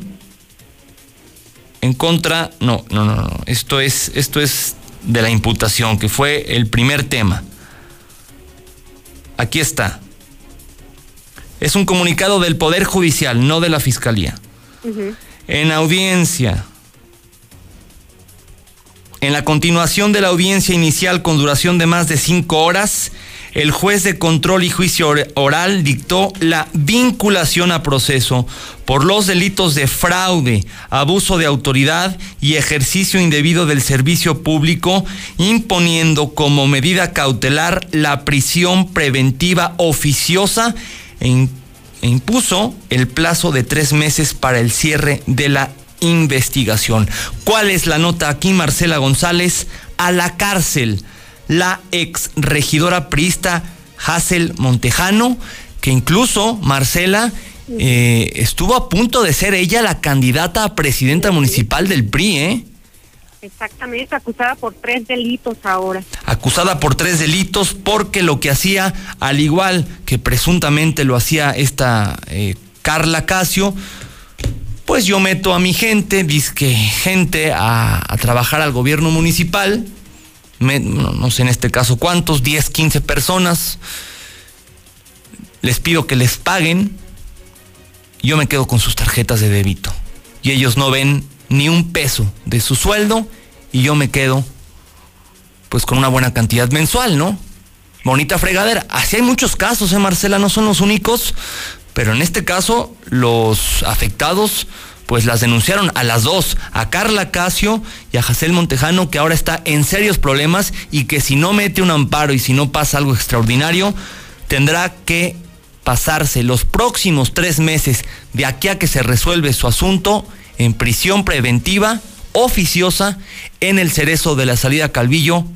Speaker 1: en contra, no, no, no, no, esto es, esto es de la imputación, que fue el primer tema. Aquí está. Es un comunicado del Poder Judicial, no de la Fiscalía. Uh-huh. En audiencia. En la continuación de la audiencia inicial con duración de más de cinco horas, el juez de control y juicio oral dictó la vinculación a proceso por los delitos de fraude, abuso de autoridad y ejercicio indebido del servicio público, imponiendo como medida cautelar la prisión preventiva oficiosa e, in- e impuso el plazo de tres meses para el cierre de la investigación. ¿Cuál es la nota aquí, Marcela González? A la cárcel la ex regidora priista Hazel Montejano, que incluso, Marcela, eh, estuvo a punto de ser ella la candidata a presidenta municipal del P R I, ¿eh?
Speaker 3: Exactamente, acusada por tres delitos ahora.
Speaker 1: Acusada por tres delitos porque lo que hacía, al igual que presuntamente lo hacía esta eh, Carla Casio, pues yo meto a mi gente, dizque gente, a, a trabajar al gobierno municipal, me, no, no sé en este caso cuántos, diez, quince personas, les pido que les paguen, yo me quedo con sus tarjetas de débito, y ellos no ven ni un peso de su sueldo, y yo me quedo pues con una buena cantidad mensual, ¿no? Bonita fregadera. Así hay muchos casos, ¿eh, Marcela? No son los únicos. Pero en este caso, los afectados, pues las denunciaron a las dos, a Carla Casio y a Hazel Montejano, que ahora está en serios problemas y que si no mete un amparo y si no pasa algo extraordinario, tendrá que pasarse los próximos tres meses de aquí a que se resuelve su asunto en prisión preventiva oficiosa en el Cerezo de la Salida Calvillo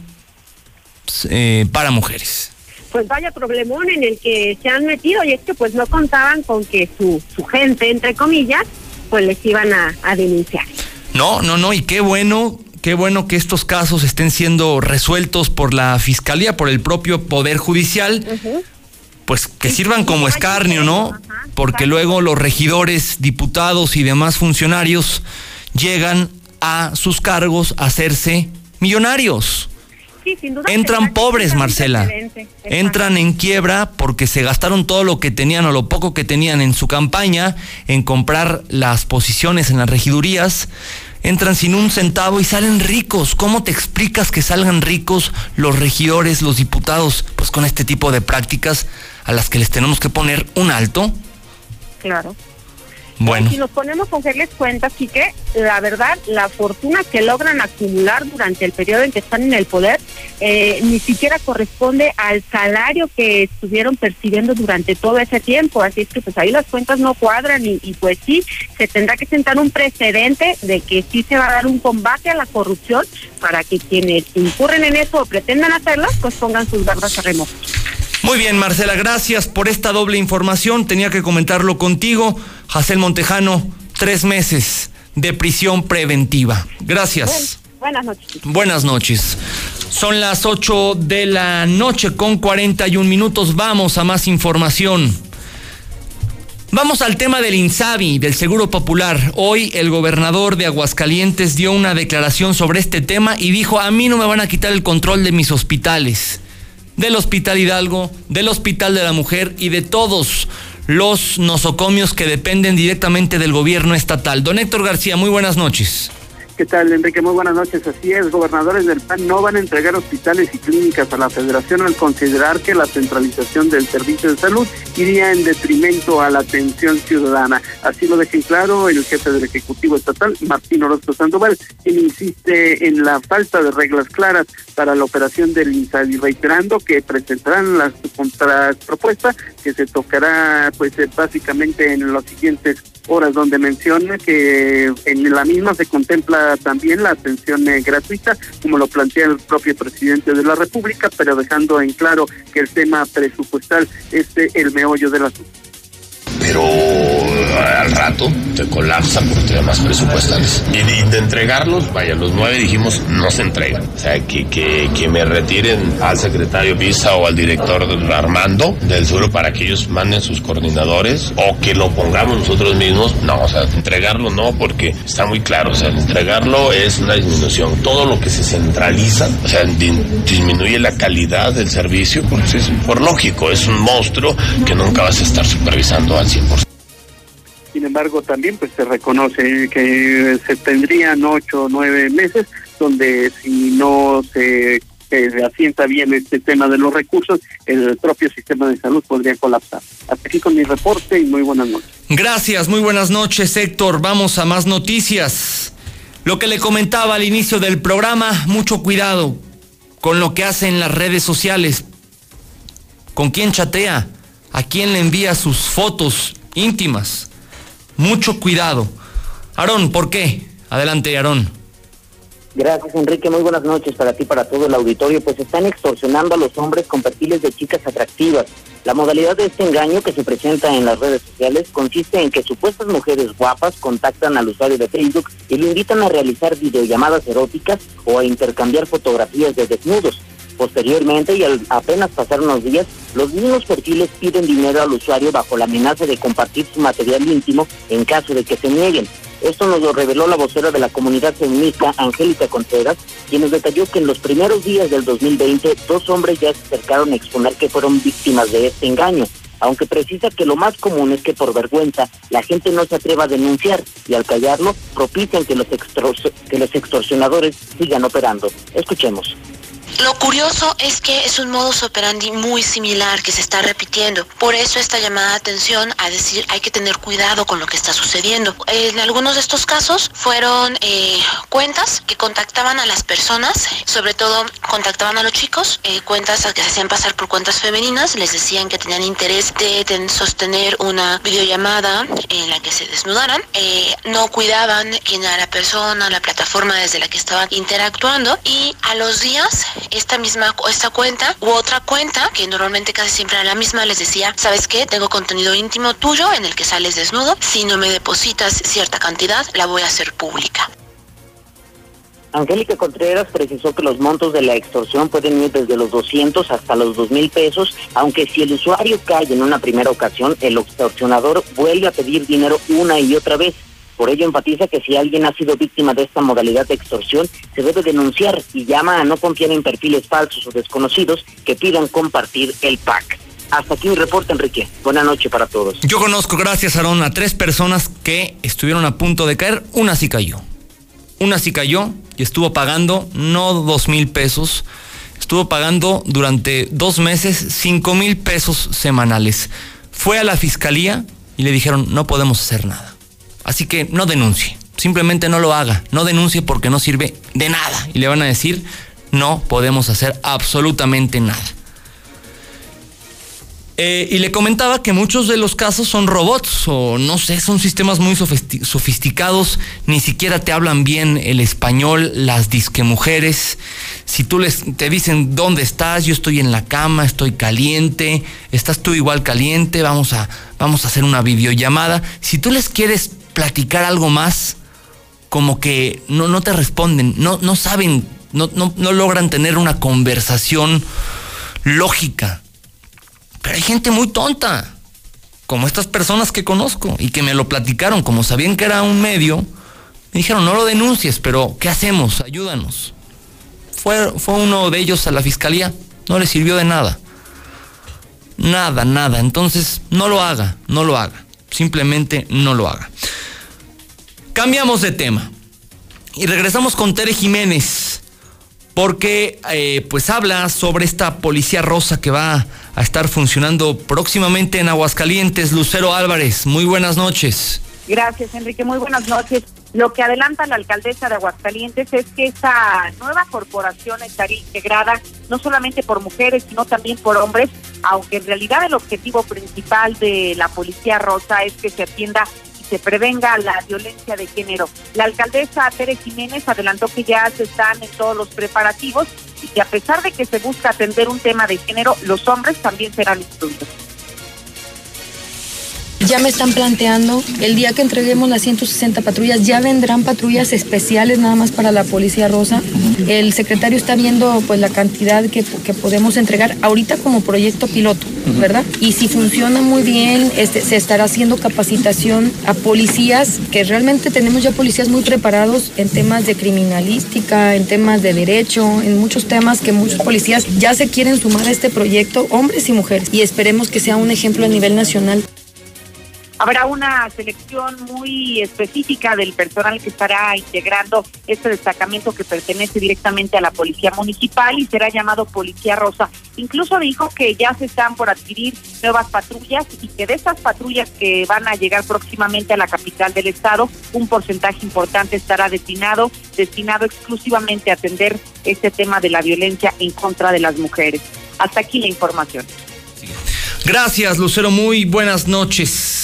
Speaker 1: eh, para mujeres.
Speaker 3: Pues vaya problemón en el que se han metido, y es que pues no contaban con que su, su gente, entre comillas, pues les iban a, a denunciar.
Speaker 1: No, no, no, y qué bueno, qué bueno que estos casos estén siendo resueltos por la Fiscalía, por el propio Poder Judicial, uh-huh. Pues que sirvan como escarnio, ¿no? Porque luego los regidores, diputados y demás funcionarios llegan a sus cargos a hacerse millonarios.
Speaker 3: Sí, sin duda.
Speaker 1: Entran pobres, Marcela. Entran en quiebra porque se gastaron todo lo que tenían o lo poco que tenían en su campaña, en comprar las posiciones en las regidurías. Entran sin un centavo y salen ricos. ¿Cómo te explicas que salgan ricos los regidores, los diputados? Pues con este tipo de prácticas a las que les tenemos que poner un alto.
Speaker 3: Claro.
Speaker 1: Bueno.
Speaker 3: Si nos ponemos a hacerles cuenta, así que la verdad, la fortuna que logran acumular durante el periodo en que están en el poder, eh, ni siquiera corresponde al salario que estuvieron percibiendo durante todo ese tiempo. Así es que pues ahí las cuentas no cuadran y, y pues sí, se tendrá que sentar un precedente de que sí se va a dar un combate a la corrupción para que quienes incurren en eso o pretendan hacerlas, pues pongan sus garras a remojo.
Speaker 1: Muy bien, Marcela, gracias por esta doble información. Tenía que comentarlo contigo. Hazel Montejano, tres meses de prisión preventiva. Gracias.
Speaker 3: Buenas noches.
Speaker 1: Buenas noches. Son las ocho de la noche con cuarenta y un minutos. Vamos a más información. Vamos al tema del INSABI, del Seguro Popular. Hoy el gobernador de Aguascalientes dio una declaración sobre este tema y dijo: a mí no me van a quitar el control de mis hospitales. Del Hospital Hidalgo, del Hospital de la Mujer y de todos los nosocomios que dependen directamente del gobierno estatal. Don Héctor García, muy buenas noches.
Speaker 17: ¿Qué tal, Enrique? Muy buenas noches. Así es, gobernadores del P A N no van a entregar hospitales y clínicas a la Federación al considerar que la centralización del servicio de salud iría en detrimento a la atención ciudadana. Así lo deja en claro el jefe del Ejecutivo Estatal, Martín Orozco Sandoval, quien insiste en la falta de reglas claras para la operación del INSABI, reiterando que presentarán la contrapropuesta que se tocará pues básicamente en las siguientes horas, donde menciona que en la misma se contempla también la atención eh, gratuita, como lo plantea el propio presidente de la República, pero dejando en claro que el tema presupuestal es eh, el meollo del asunto.
Speaker 18: Pero al rato te colapsa por temas presupuestales. Y de, de entregarlos, vaya, los nueve dijimos no se entregan. O sea, que, que, que me retiren al secretario Pisa o al director Armando del Seguro para que ellos manden sus coordinadores o que lo pongamos nosotros mismos. No, o sea, entregarlo no, porque está muy claro. O sea, entregarlo es una disminución. Todo lo que se centraliza, o sea, di, disminuye la calidad del servicio, porque es por lógico, es un monstruo que nunca vas a estar supervisando al cien por ciento.
Speaker 17: sin embargo también pues se reconoce que se tendrían ocho o nueve meses donde si no se se asienta bien este tema de los recursos, el propio sistema de salud podría colapsar. Hasta aquí con mi reporte y muy buenas noches.
Speaker 1: Gracias, muy buenas noches, Héctor. Vamos a más noticias. Lo que le comentaba al inicio del programa, mucho cuidado con lo que hace en las redes sociales. ¿Con quién chatea? ¿A quién le envía sus fotos íntimas? Mucho cuidado. Aarón, ¿por qué? Adelante, Aarón.
Speaker 19: Gracias, Enrique. Muy buenas noches para ti, para todo el auditorio. Pues están extorsionando a los hombres con perfiles de chicas atractivas. La modalidad de este engaño que se presenta en las redes sociales consiste en que supuestas mujeres guapas contactan al usuario de Facebook y lo invitan a realizar videollamadas eróticas o a intercambiar fotografías de desnudos. Posteriormente, y al apenas pasar unos días, los mismos perfiles piden dinero al usuario bajo la amenaza de compartir su material íntimo en caso de que se nieguen. Esto nos lo reveló la vocera de la comunidad feminista, Angélica Contreras, quien nos detalló que en los primeros días del dos mil veinte, dos hombres ya se acercaron a exponer que fueron víctimas de este engaño, aunque precisa que lo más común es que por vergüenza la gente no se atreva a denunciar y al callarlo propician que los, extor- que los extorsionadores sigan operando. Escuchemos.
Speaker 20: Lo curioso es que es un modus operandi muy similar que se está repitiendo. Por eso esta llamada de atención a decir hay que tener cuidado con lo que está sucediendo. En algunos de estos casos fueron eh, cuentas que contactaban a las personas, sobre todo contactaban a los chicos, eh, cuentas que se hacían pasar por cuentas femeninas, les decían que tenían interés de, de sostener una videollamada en la que se desnudaran, eh, no cuidaban quién era la persona, la plataforma desde la que estaban interactuando y a los días esta misma esta cuenta u otra cuenta, que normalmente casi siempre era la misma, les decía, ¿sabes qué? Tengo contenido íntimo tuyo en el que sales desnudo, si no me depositas cierta cantidad, la voy a hacer pública.
Speaker 19: Angélica Contreras precisó que los montos de la extorsión pueden ir desde los doscientos hasta los dos mil pesos, aunque si el usuario cae en una primera ocasión, el extorsionador vuelve a pedir dinero una y otra vez. Por ello enfatiza que si alguien ha sido víctima de esta modalidad de extorsión, se debe denunciar y llama a no confiar en perfiles falsos o desconocidos que pidan compartir el pack. Hasta aquí mi reporte, Enrique. Buenas noches para todos.
Speaker 1: Yo conozco, gracias Aarón, a tres personas que estuvieron a punto de caer. Una sí cayó. Una sí cayó y estuvo pagando no dos mil pesos, estuvo pagando durante dos meses cinco mil pesos semanales. Fue a la fiscalía y le dijeron no podemos hacer nada. Así que no denuncie, simplemente no lo haga, no denuncie porque no sirve de nada. Y le van a decir, no podemos hacer absolutamente nada. Eh, y le comentaba que muchos de los casos son robots o no sé, son sistemas muy sofistic- sofisticados, ni siquiera te hablan bien el español, las disquemujeres. Si tú les te dicen dónde estás, yo estoy en la cama, estoy caliente, estás tú igual caliente, vamos a, vamos a hacer una videollamada. Si tú les quieres platicar algo más, como que no, no te responden, no, no saben, no, no, no logran tener una conversación lógica. Pero hay gente muy tonta, como estas personas que conozco y que me lo platicaron, como sabían que era un medio, me dijeron no lo denuncies, pero ¿qué hacemos? Ayúdanos. Fue, fue uno de ellos a la fiscalía, no le sirvió de nada. Nada, nada. Entonces no lo haga, no lo haga. Simplemente no lo haga. Cambiamos de tema y regresamos con Tere Jiménez, porque eh, pues habla sobre esta policía rosa que va a estar funcionando próximamente en Aguascalientes. Lucero Álvarez, muy buenas noches.
Speaker 3: Gracias, Enrique, muy buenas noches. Lo que adelanta la alcaldesa de Aguascalientes es que esta nueva corporación estaría integrada no solamente por mujeres, sino también por hombres, aunque en realidad el objetivo principal de la Policía Rosa es que se atienda y se prevenga la violencia de género. La alcaldesa Tere Jiménez adelantó que ya se están en todos los preparativos y que a pesar de que se busca atender un tema de género, los hombres también serán incluidos.
Speaker 16: Ya me están planteando, el día que entreguemos las ciento sesenta patrullas, ya vendrán patrullas especiales nada más para la Policía Rosa. El secretario está viendo pues la cantidad que, que podemos entregar ahorita como proyecto piloto, ¿verdad? Y si funciona muy bien, este, se estará haciendo capacitación a policías, que realmente tenemos ya policías muy preparados en temas de criminalística, en temas de derecho, en muchos temas que muchos policías ya se quieren sumar a este proyecto, hombres y mujeres, y esperemos que sea un ejemplo a nivel nacional.
Speaker 3: Habrá una selección muy específica del personal que estará integrando este destacamento que pertenece directamente a la Policía Municipal y será llamado Policía Rosa. Incluso dijo que ya se están por adquirir nuevas patrullas y que de esas patrullas que van a llegar próximamente a la capital del estado, un porcentaje importante estará destinado, destinado exclusivamente a atender este tema de la violencia en contra de las mujeres. Hasta aquí la información.
Speaker 1: Gracias, Lucero, muy buenas noches.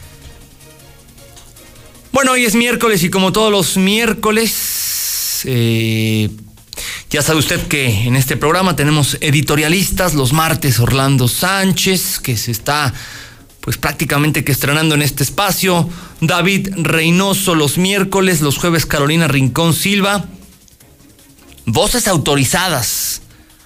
Speaker 1: Bueno, hoy es miércoles y como todos los miércoles, eh, ya sabe usted que en este programa tenemos editorialistas. Los martes Orlando Sánchez, que se está pues prácticamente que estrenando en este espacio. David Reynoso los miércoles, los jueves Carolina Rincón Silva. Voces autorizadas,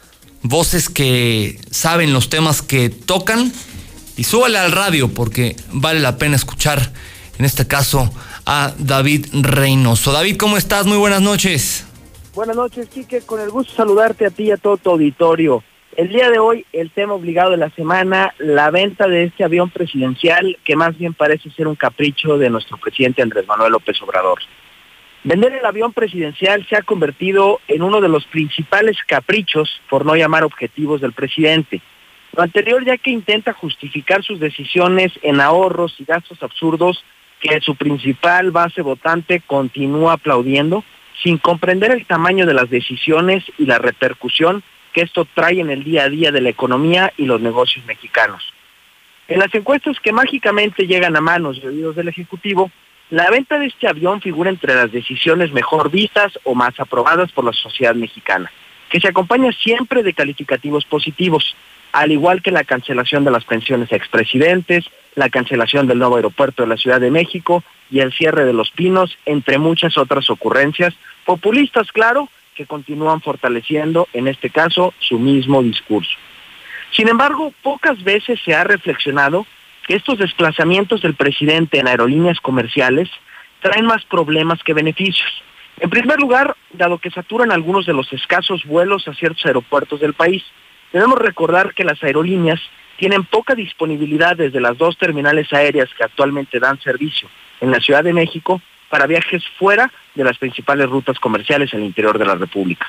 Speaker 1: voces que saben los temas que tocan, y súbale al radio porque vale la pena escuchar, en este caso, a David Reynoso. David, ¿cómo estás? Muy buenas noches.
Speaker 21: Buenas noches, Quique, con el gusto de saludarte a ti y a todo tu auditorio. El día de hoy, el tema obligado de la semana, la venta de este avión presidencial, que más bien parece ser un capricho de nuestro presidente Andrés Manuel López Obrador. Vender el avión presidencial se ha convertido en uno de los principales caprichos, por no llamar objetivos, del presidente. Lo anterior, ya que intenta justificar sus decisiones en ahorros y gastos absurdos que su principal base votante continúa aplaudiendo, sin comprender el tamaño de las decisiones y la repercusión que esto trae en el día a día de la economía y los negocios mexicanos. En las encuestas que mágicamente llegan a manos y oídos del Ejecutivo, la venta de este avión figura entre las decisiones mejor vistas o más aprobadas por la sociedad mexicana, que se acompaña siempre de calificativos positivos, al igual que la cancelación de las pensiones a expresidentes, la cancelación del nuevo aeropuerto de la Ciudad de México y el cierre de Los Pinos, entre muchas otras ocurrencias populistas, claro, que continúan fortaleciendo, en este caso, su mismo discurso. Sin embargo, pocas veces se ha reflexionado que estos desplazamientos del presidente en aerolíneas comerciales traen más problemas que beneficios. En primer lugar, dado que saturan algunos de los escasos vuelos a ciertos aeropuertos del país, debemos recordar que las aerolíneas tienen poca disponibilidad desde las dos terminales aéreas que actualmente dan servicio en la Ciudad de México para viajes fuera de las principales rutas comerciales en el interior de la República.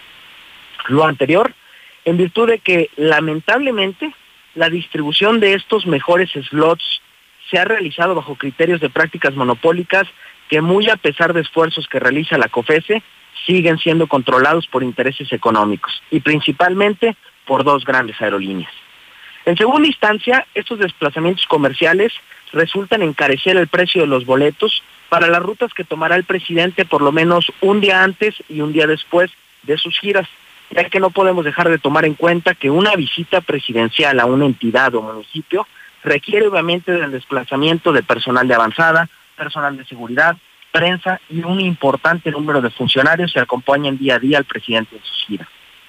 Speaker 21: Lo anterior, en virtud de que, lamentablemente, la distribución de estos mejores slots se ha realizado bajo criterios de prácticas monopólicas que, muy a pesar de esfuerzos que realiza la COFESE, siguen siendo controlados por intereses económicos y principalmente por dos grandes aerolíneas. En segunda instancia, estos desplazamientos comerciales resultan encarecer el precio de los boletos para las rutas que tomará el presidente por lo menos un día antes y un día después de sus giras, ya que no podemos dejar de tomar en cuenta que una visita presidencial a una entidad o municipio requiere obviamente del desplazamiento de personal de avanzada, personal de seguridad, prensa y un importante número de funcionarios que acompañan día a día al presidente en sus giras.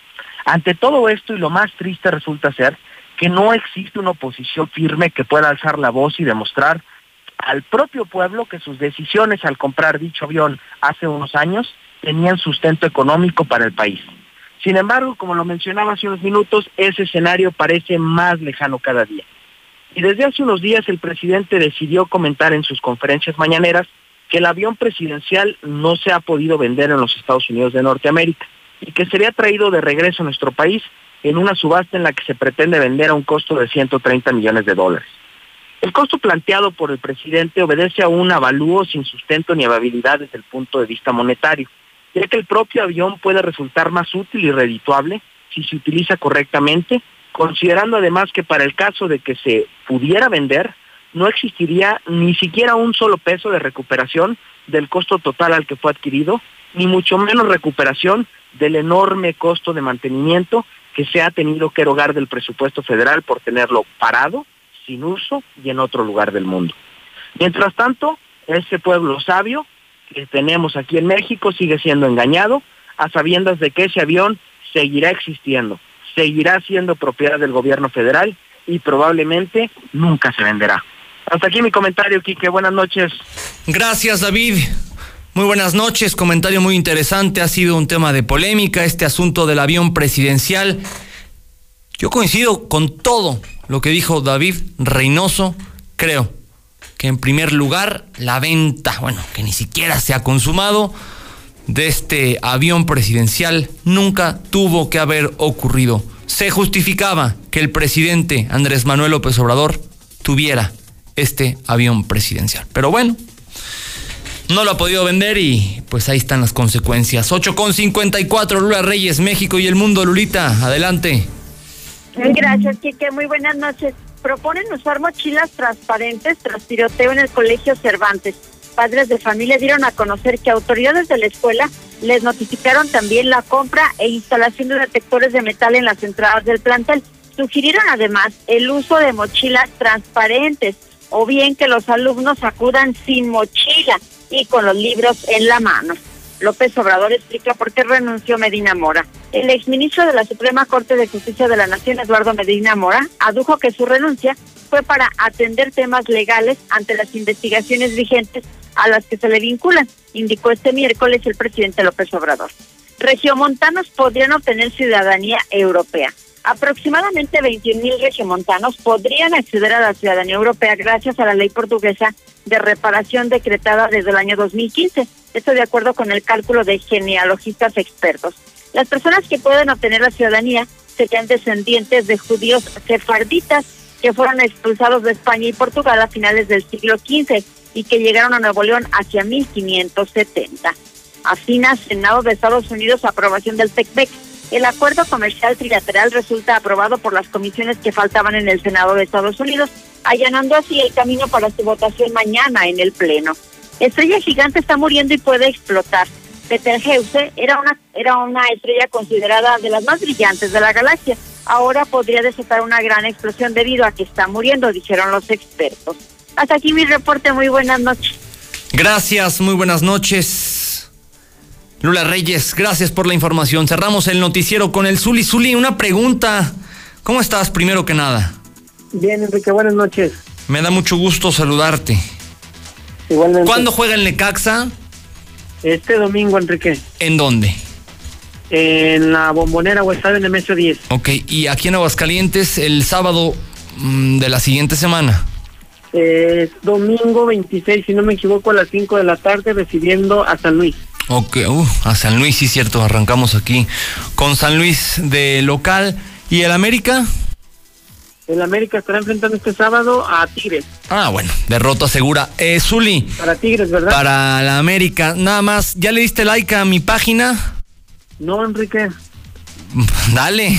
Speaker 21: Ante todo esto, y lo más triste resulta ser que no existe una oposición firme que pueda alzar la voz y demostrar al propio pueblo que sus decisiones al comprar dicho avión hace unos años tenían sustento económico para el país. Sin embargo, como lo mencionaba hace unos minutos, ese escenario parece más lejano cada día. Y desde hace unos días el presidente decidió comentar en sus conferencias mañaneras que el avión presidencial no se ha podido vender en los Estados Unidos de Norteamérica y que sería traído de regreso a nuestro país en una subasta en la que se pretende vender a un costo de ciento treinta millones de dólares. El costo planteado por el presidente obedece a un avalúo sin sustento ni viabilidad desde el punto de vista monetario, ya que el propio avión puede resultar más útil y redituable si se utiliza correctamente, considerando además que para el caso de que se pudiera vender, no existiría ni siquiera un solo peso de recuperación del costo total al que fue adquirido, ni mucho menos recuperación del enorme costo de mantenimiento que se ha tenido que erogar del presupuesto federal por tenerlo parado, sin uso y en otro lugar del mundo. Mientras tanto, ese pueblo sabio que tenemos aquí en México sigue siendo engañado a sabiendas de que ese avión seguirá existiendo, seguirá siendo propiedad del gobierno federal y probablemente nunca se venderá. Hasta aquí mi comentario, Quique. Buenas noches.
Speaker 1: Gracias, David. Muy buenas noches. Comentario muy interesante. Ha sido un tema de polémica este asunto del avión presidencial. Yo coincido con todo lo que dijo David Reynoso. Creo que en primer lugar la venta, bueno, que ni siquiera se ha consumado, de este avión presidencial nunca tuvo que haber ocurrido. Se justificaba que el presidente Andrés Manuel López Obrador tuviera este avión presidencial. Pero bueno, no lo ha podido vender y pues ahí están las consecuencias. ocho con cincuenta y cuatro, Lula Reyes, México y el mundo. Lulita, adelante.
Speaker 3: Gracias, Quique. Muy buenas noches. Proponen usar mochilas transparentes tras tiroteo en el Colegio Cervantes. Padres de familia dieron a conocer que autoridades de la escuela les notificaron también la compra e instalación de detectores de metal en las entradas del plantel. Sugirieron además el uso de mochilas transparentes o bien que los alumnos acudan sin mochila y con los libros en la mano. López Obrador explica por qué renunció Medina Mora. El exministro de la Suprema Corte de Justicia de la Nación, Eduardo Medina Mora, adujo que su renuncia fue para atender temas legales ante las investigaciones vigentes a las que se le vinculan, indicó este miércoles el presidente López Obrador. Regiomontanos podrían obtener ciudadanía europea. Aproximadamente veintiún mil regiomontanos podrían acceder a la ciudadanía europea gracias a la ley portuguesa de reparación decretada desde el año dos mil quince. Esto de acuerdo con el cálculo de genealogistas expertos. Las personas que pueden obtener la ciudadanía serían descendientes de judíos sefarditas que fueron expulsados de España y Portugal a finales del siglo quince y que llegaron a Nuevo León hacia mil quinientos setenta. Afina Senado de Estados Unidos aprobación del TEC-MEC. El acuerdo comercial trilateral resulta aprobado por las comisiones que faltaban en el Senado de Estados Unidos, allanando así el camino para su votación mañana en el Pleno. Estrella gigante está muriendo y puede explotar. Betelgeuse era una, era una estrella considerada de las más brillantes de la galaxia. Ahora podría desatar una gran explosión debido a que está muriendo, dijeron los expertos. Hasta aquí mi reporte, muy buenas noches.
Speaker 1: Gracias, muy buenas noches. Lula Reyes, gracias por la información. Cerramos el noticiero con el Zuli. Zuli, una pregunta. ¿Cómo estás, primero que nada?
Speaker 21: Bien, Enrique, buenas noches.
Speaker 1: Me da mucho gusto saludarte.
Speaker 21: Igualmente.
Speaker 1: ¿Cuándo juega el Necaxa?
Speaker 21: Este domingo, Enrique.
Speaker 1: ¿En dónde?
Speaker 21: En la Bombonera o Estadio Nemesio diez.
Speaker 1: Ok, y aquí en Aguascalientes el sábado mmm, de la siguiente semana.
Speaker 21: Eh, domingo veintiséis, si no me equivoco, a las cinco de la tarde, recibiendo a San Luis.
Speaker 1: Ok, uh, a San Luis, sí, cierto, arrancamos aquí con San Luis de local. ¿Y el América?
Speaker 21: El América estará enfrentando este sábado a Tigres.
Speaker 1: Ah, bueno, derrota segura. Eh, Zuli.
Speaker 21: Para Tigres, ¿verdad?
Speaker 1: Para la América, nada más. ¿Ya le diste like a mi página?
Speaker 21: No, Enrique.
Speaker 1: Dale.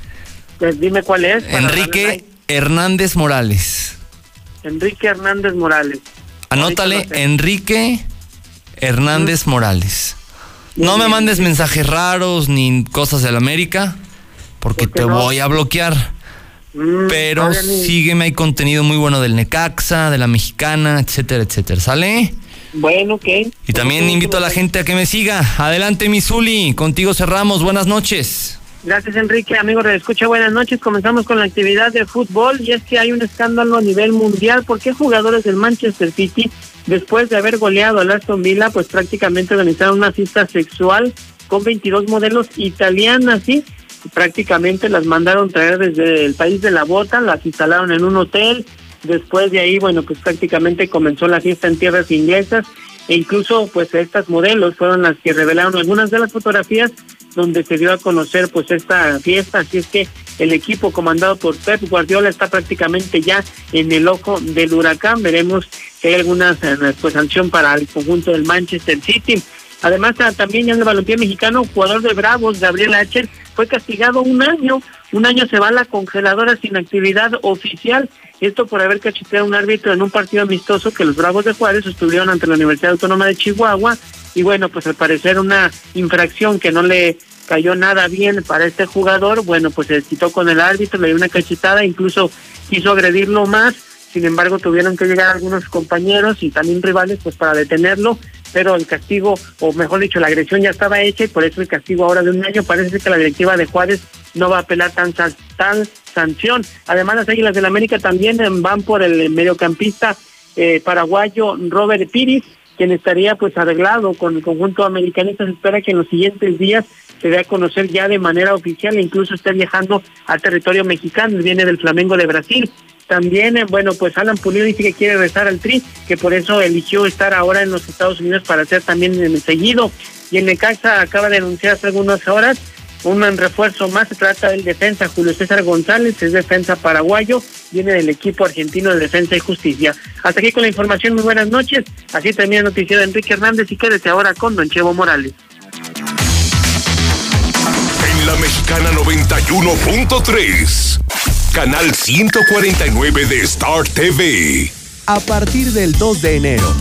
Speaker 21: Pues dime cuál es.
Speaker 1: Enrique like. Hernández Morales.
Speaker 21: Enrique Hernández Morales.
Speaker 1: Anótale, Enrique Hernández ¿Mm? Morales. No me mandes mensajes raros ni cosas del América, porque ¿Por te no? voy a bloquear. Mm, Pero ni... sígueme, hay contenido muy bueno del Necaxa, de la Mexicana, etcétera, etcétera. ¿Sale?
Speaker 21: Bueno, ok.
Speaker 1: Y también okay, invito a la gente a que me siga. Adelante, mi Zuli. Contigo cerramos. Buenas noches.
Speaker 21: Gracias, Enrique. Amigos de Escucha, buenas noches. Comenzamos con la actividad de fútbol y es que hay un escándalo a nivel mundial porque jugadores del Manchester City, después de haber goleado al Aston Villa, pues prácticamente organizaron una fiesta sexual con veintidós modelos italianas, ¿sí? Y prácticamente las mandaron traer desde el país de la bota, las instalaron en un hotel. Después de ahí, bueno, pues prácticamente comenzó la fiesta en tierras inglesas e incluso pues estas modelos fueron las que revelaron algunas de las fotografías donde se dio a conocer pues esta fiesta. Así es que el equipo comandado por Pep Guardiola está prácticamente ya en el ojo del huracán. Veremos si hay alguna pues sanción para el conjunto del Manchester City. Además, también ya en el balompié mexicano, jugador de Bravos, Gabriel Acher, fue castigado un año. Un año se va a la congeladora sin actividad oficial. Esto por haber cacheteado a un árbitro en un partido amistoso que los Bravos de Juárez estuvieron ante la Universidad Autónoma de Chihuahua. Y bueno, pues al parecer una infracción que no le cayó nada bien para este jugador. Bueno, pues se quitó con el árbitro, le dio una cachetada, incluso quiso agredirlo más. Sin embargo, tuvieron que llegar algunos compañeros y también rivales pues para detenerlo, pero el castigo, o mejor dicho, la agresión ya estaba hecha y por eso el castigo ahora de un año. Parece que la directiva de Juárez no va a apelar tan tal sanción. Además, las Águilas del América también van por el mediocampista eh, paraguayo Robert Pires, quien estaría pues arreglado con el conjunto americanista. Se espera que en los siguientes días se dé a conocer ya de manera oficial e incluso esté viajando al territorio mexicano. Viene del Flamengo de Brasil. también, eh, bueno, pues Alan Pulido dice que quiere regresar al Tri, que por eso eligió estar ahora en los Estados Unidos para ser también en el seguido. Y el Necaxa acaba de anunciar hace algunas horas un refuerzo más. Se trata del defensa Julio César González, es defensa paraguayo, viene del equipo argentino de Defensa y Justicia. Hasta aquí con la información, muy buenas noches. Así termina el noticiero de Enrique Hernández y quédese ahora con Don Chevo Morales.
Speaker 14: En la Mexicana noventa y uno punto tres, canal ciento cuarenta y nueve de Star T V.
Speaker 4: A partir del dos de enero.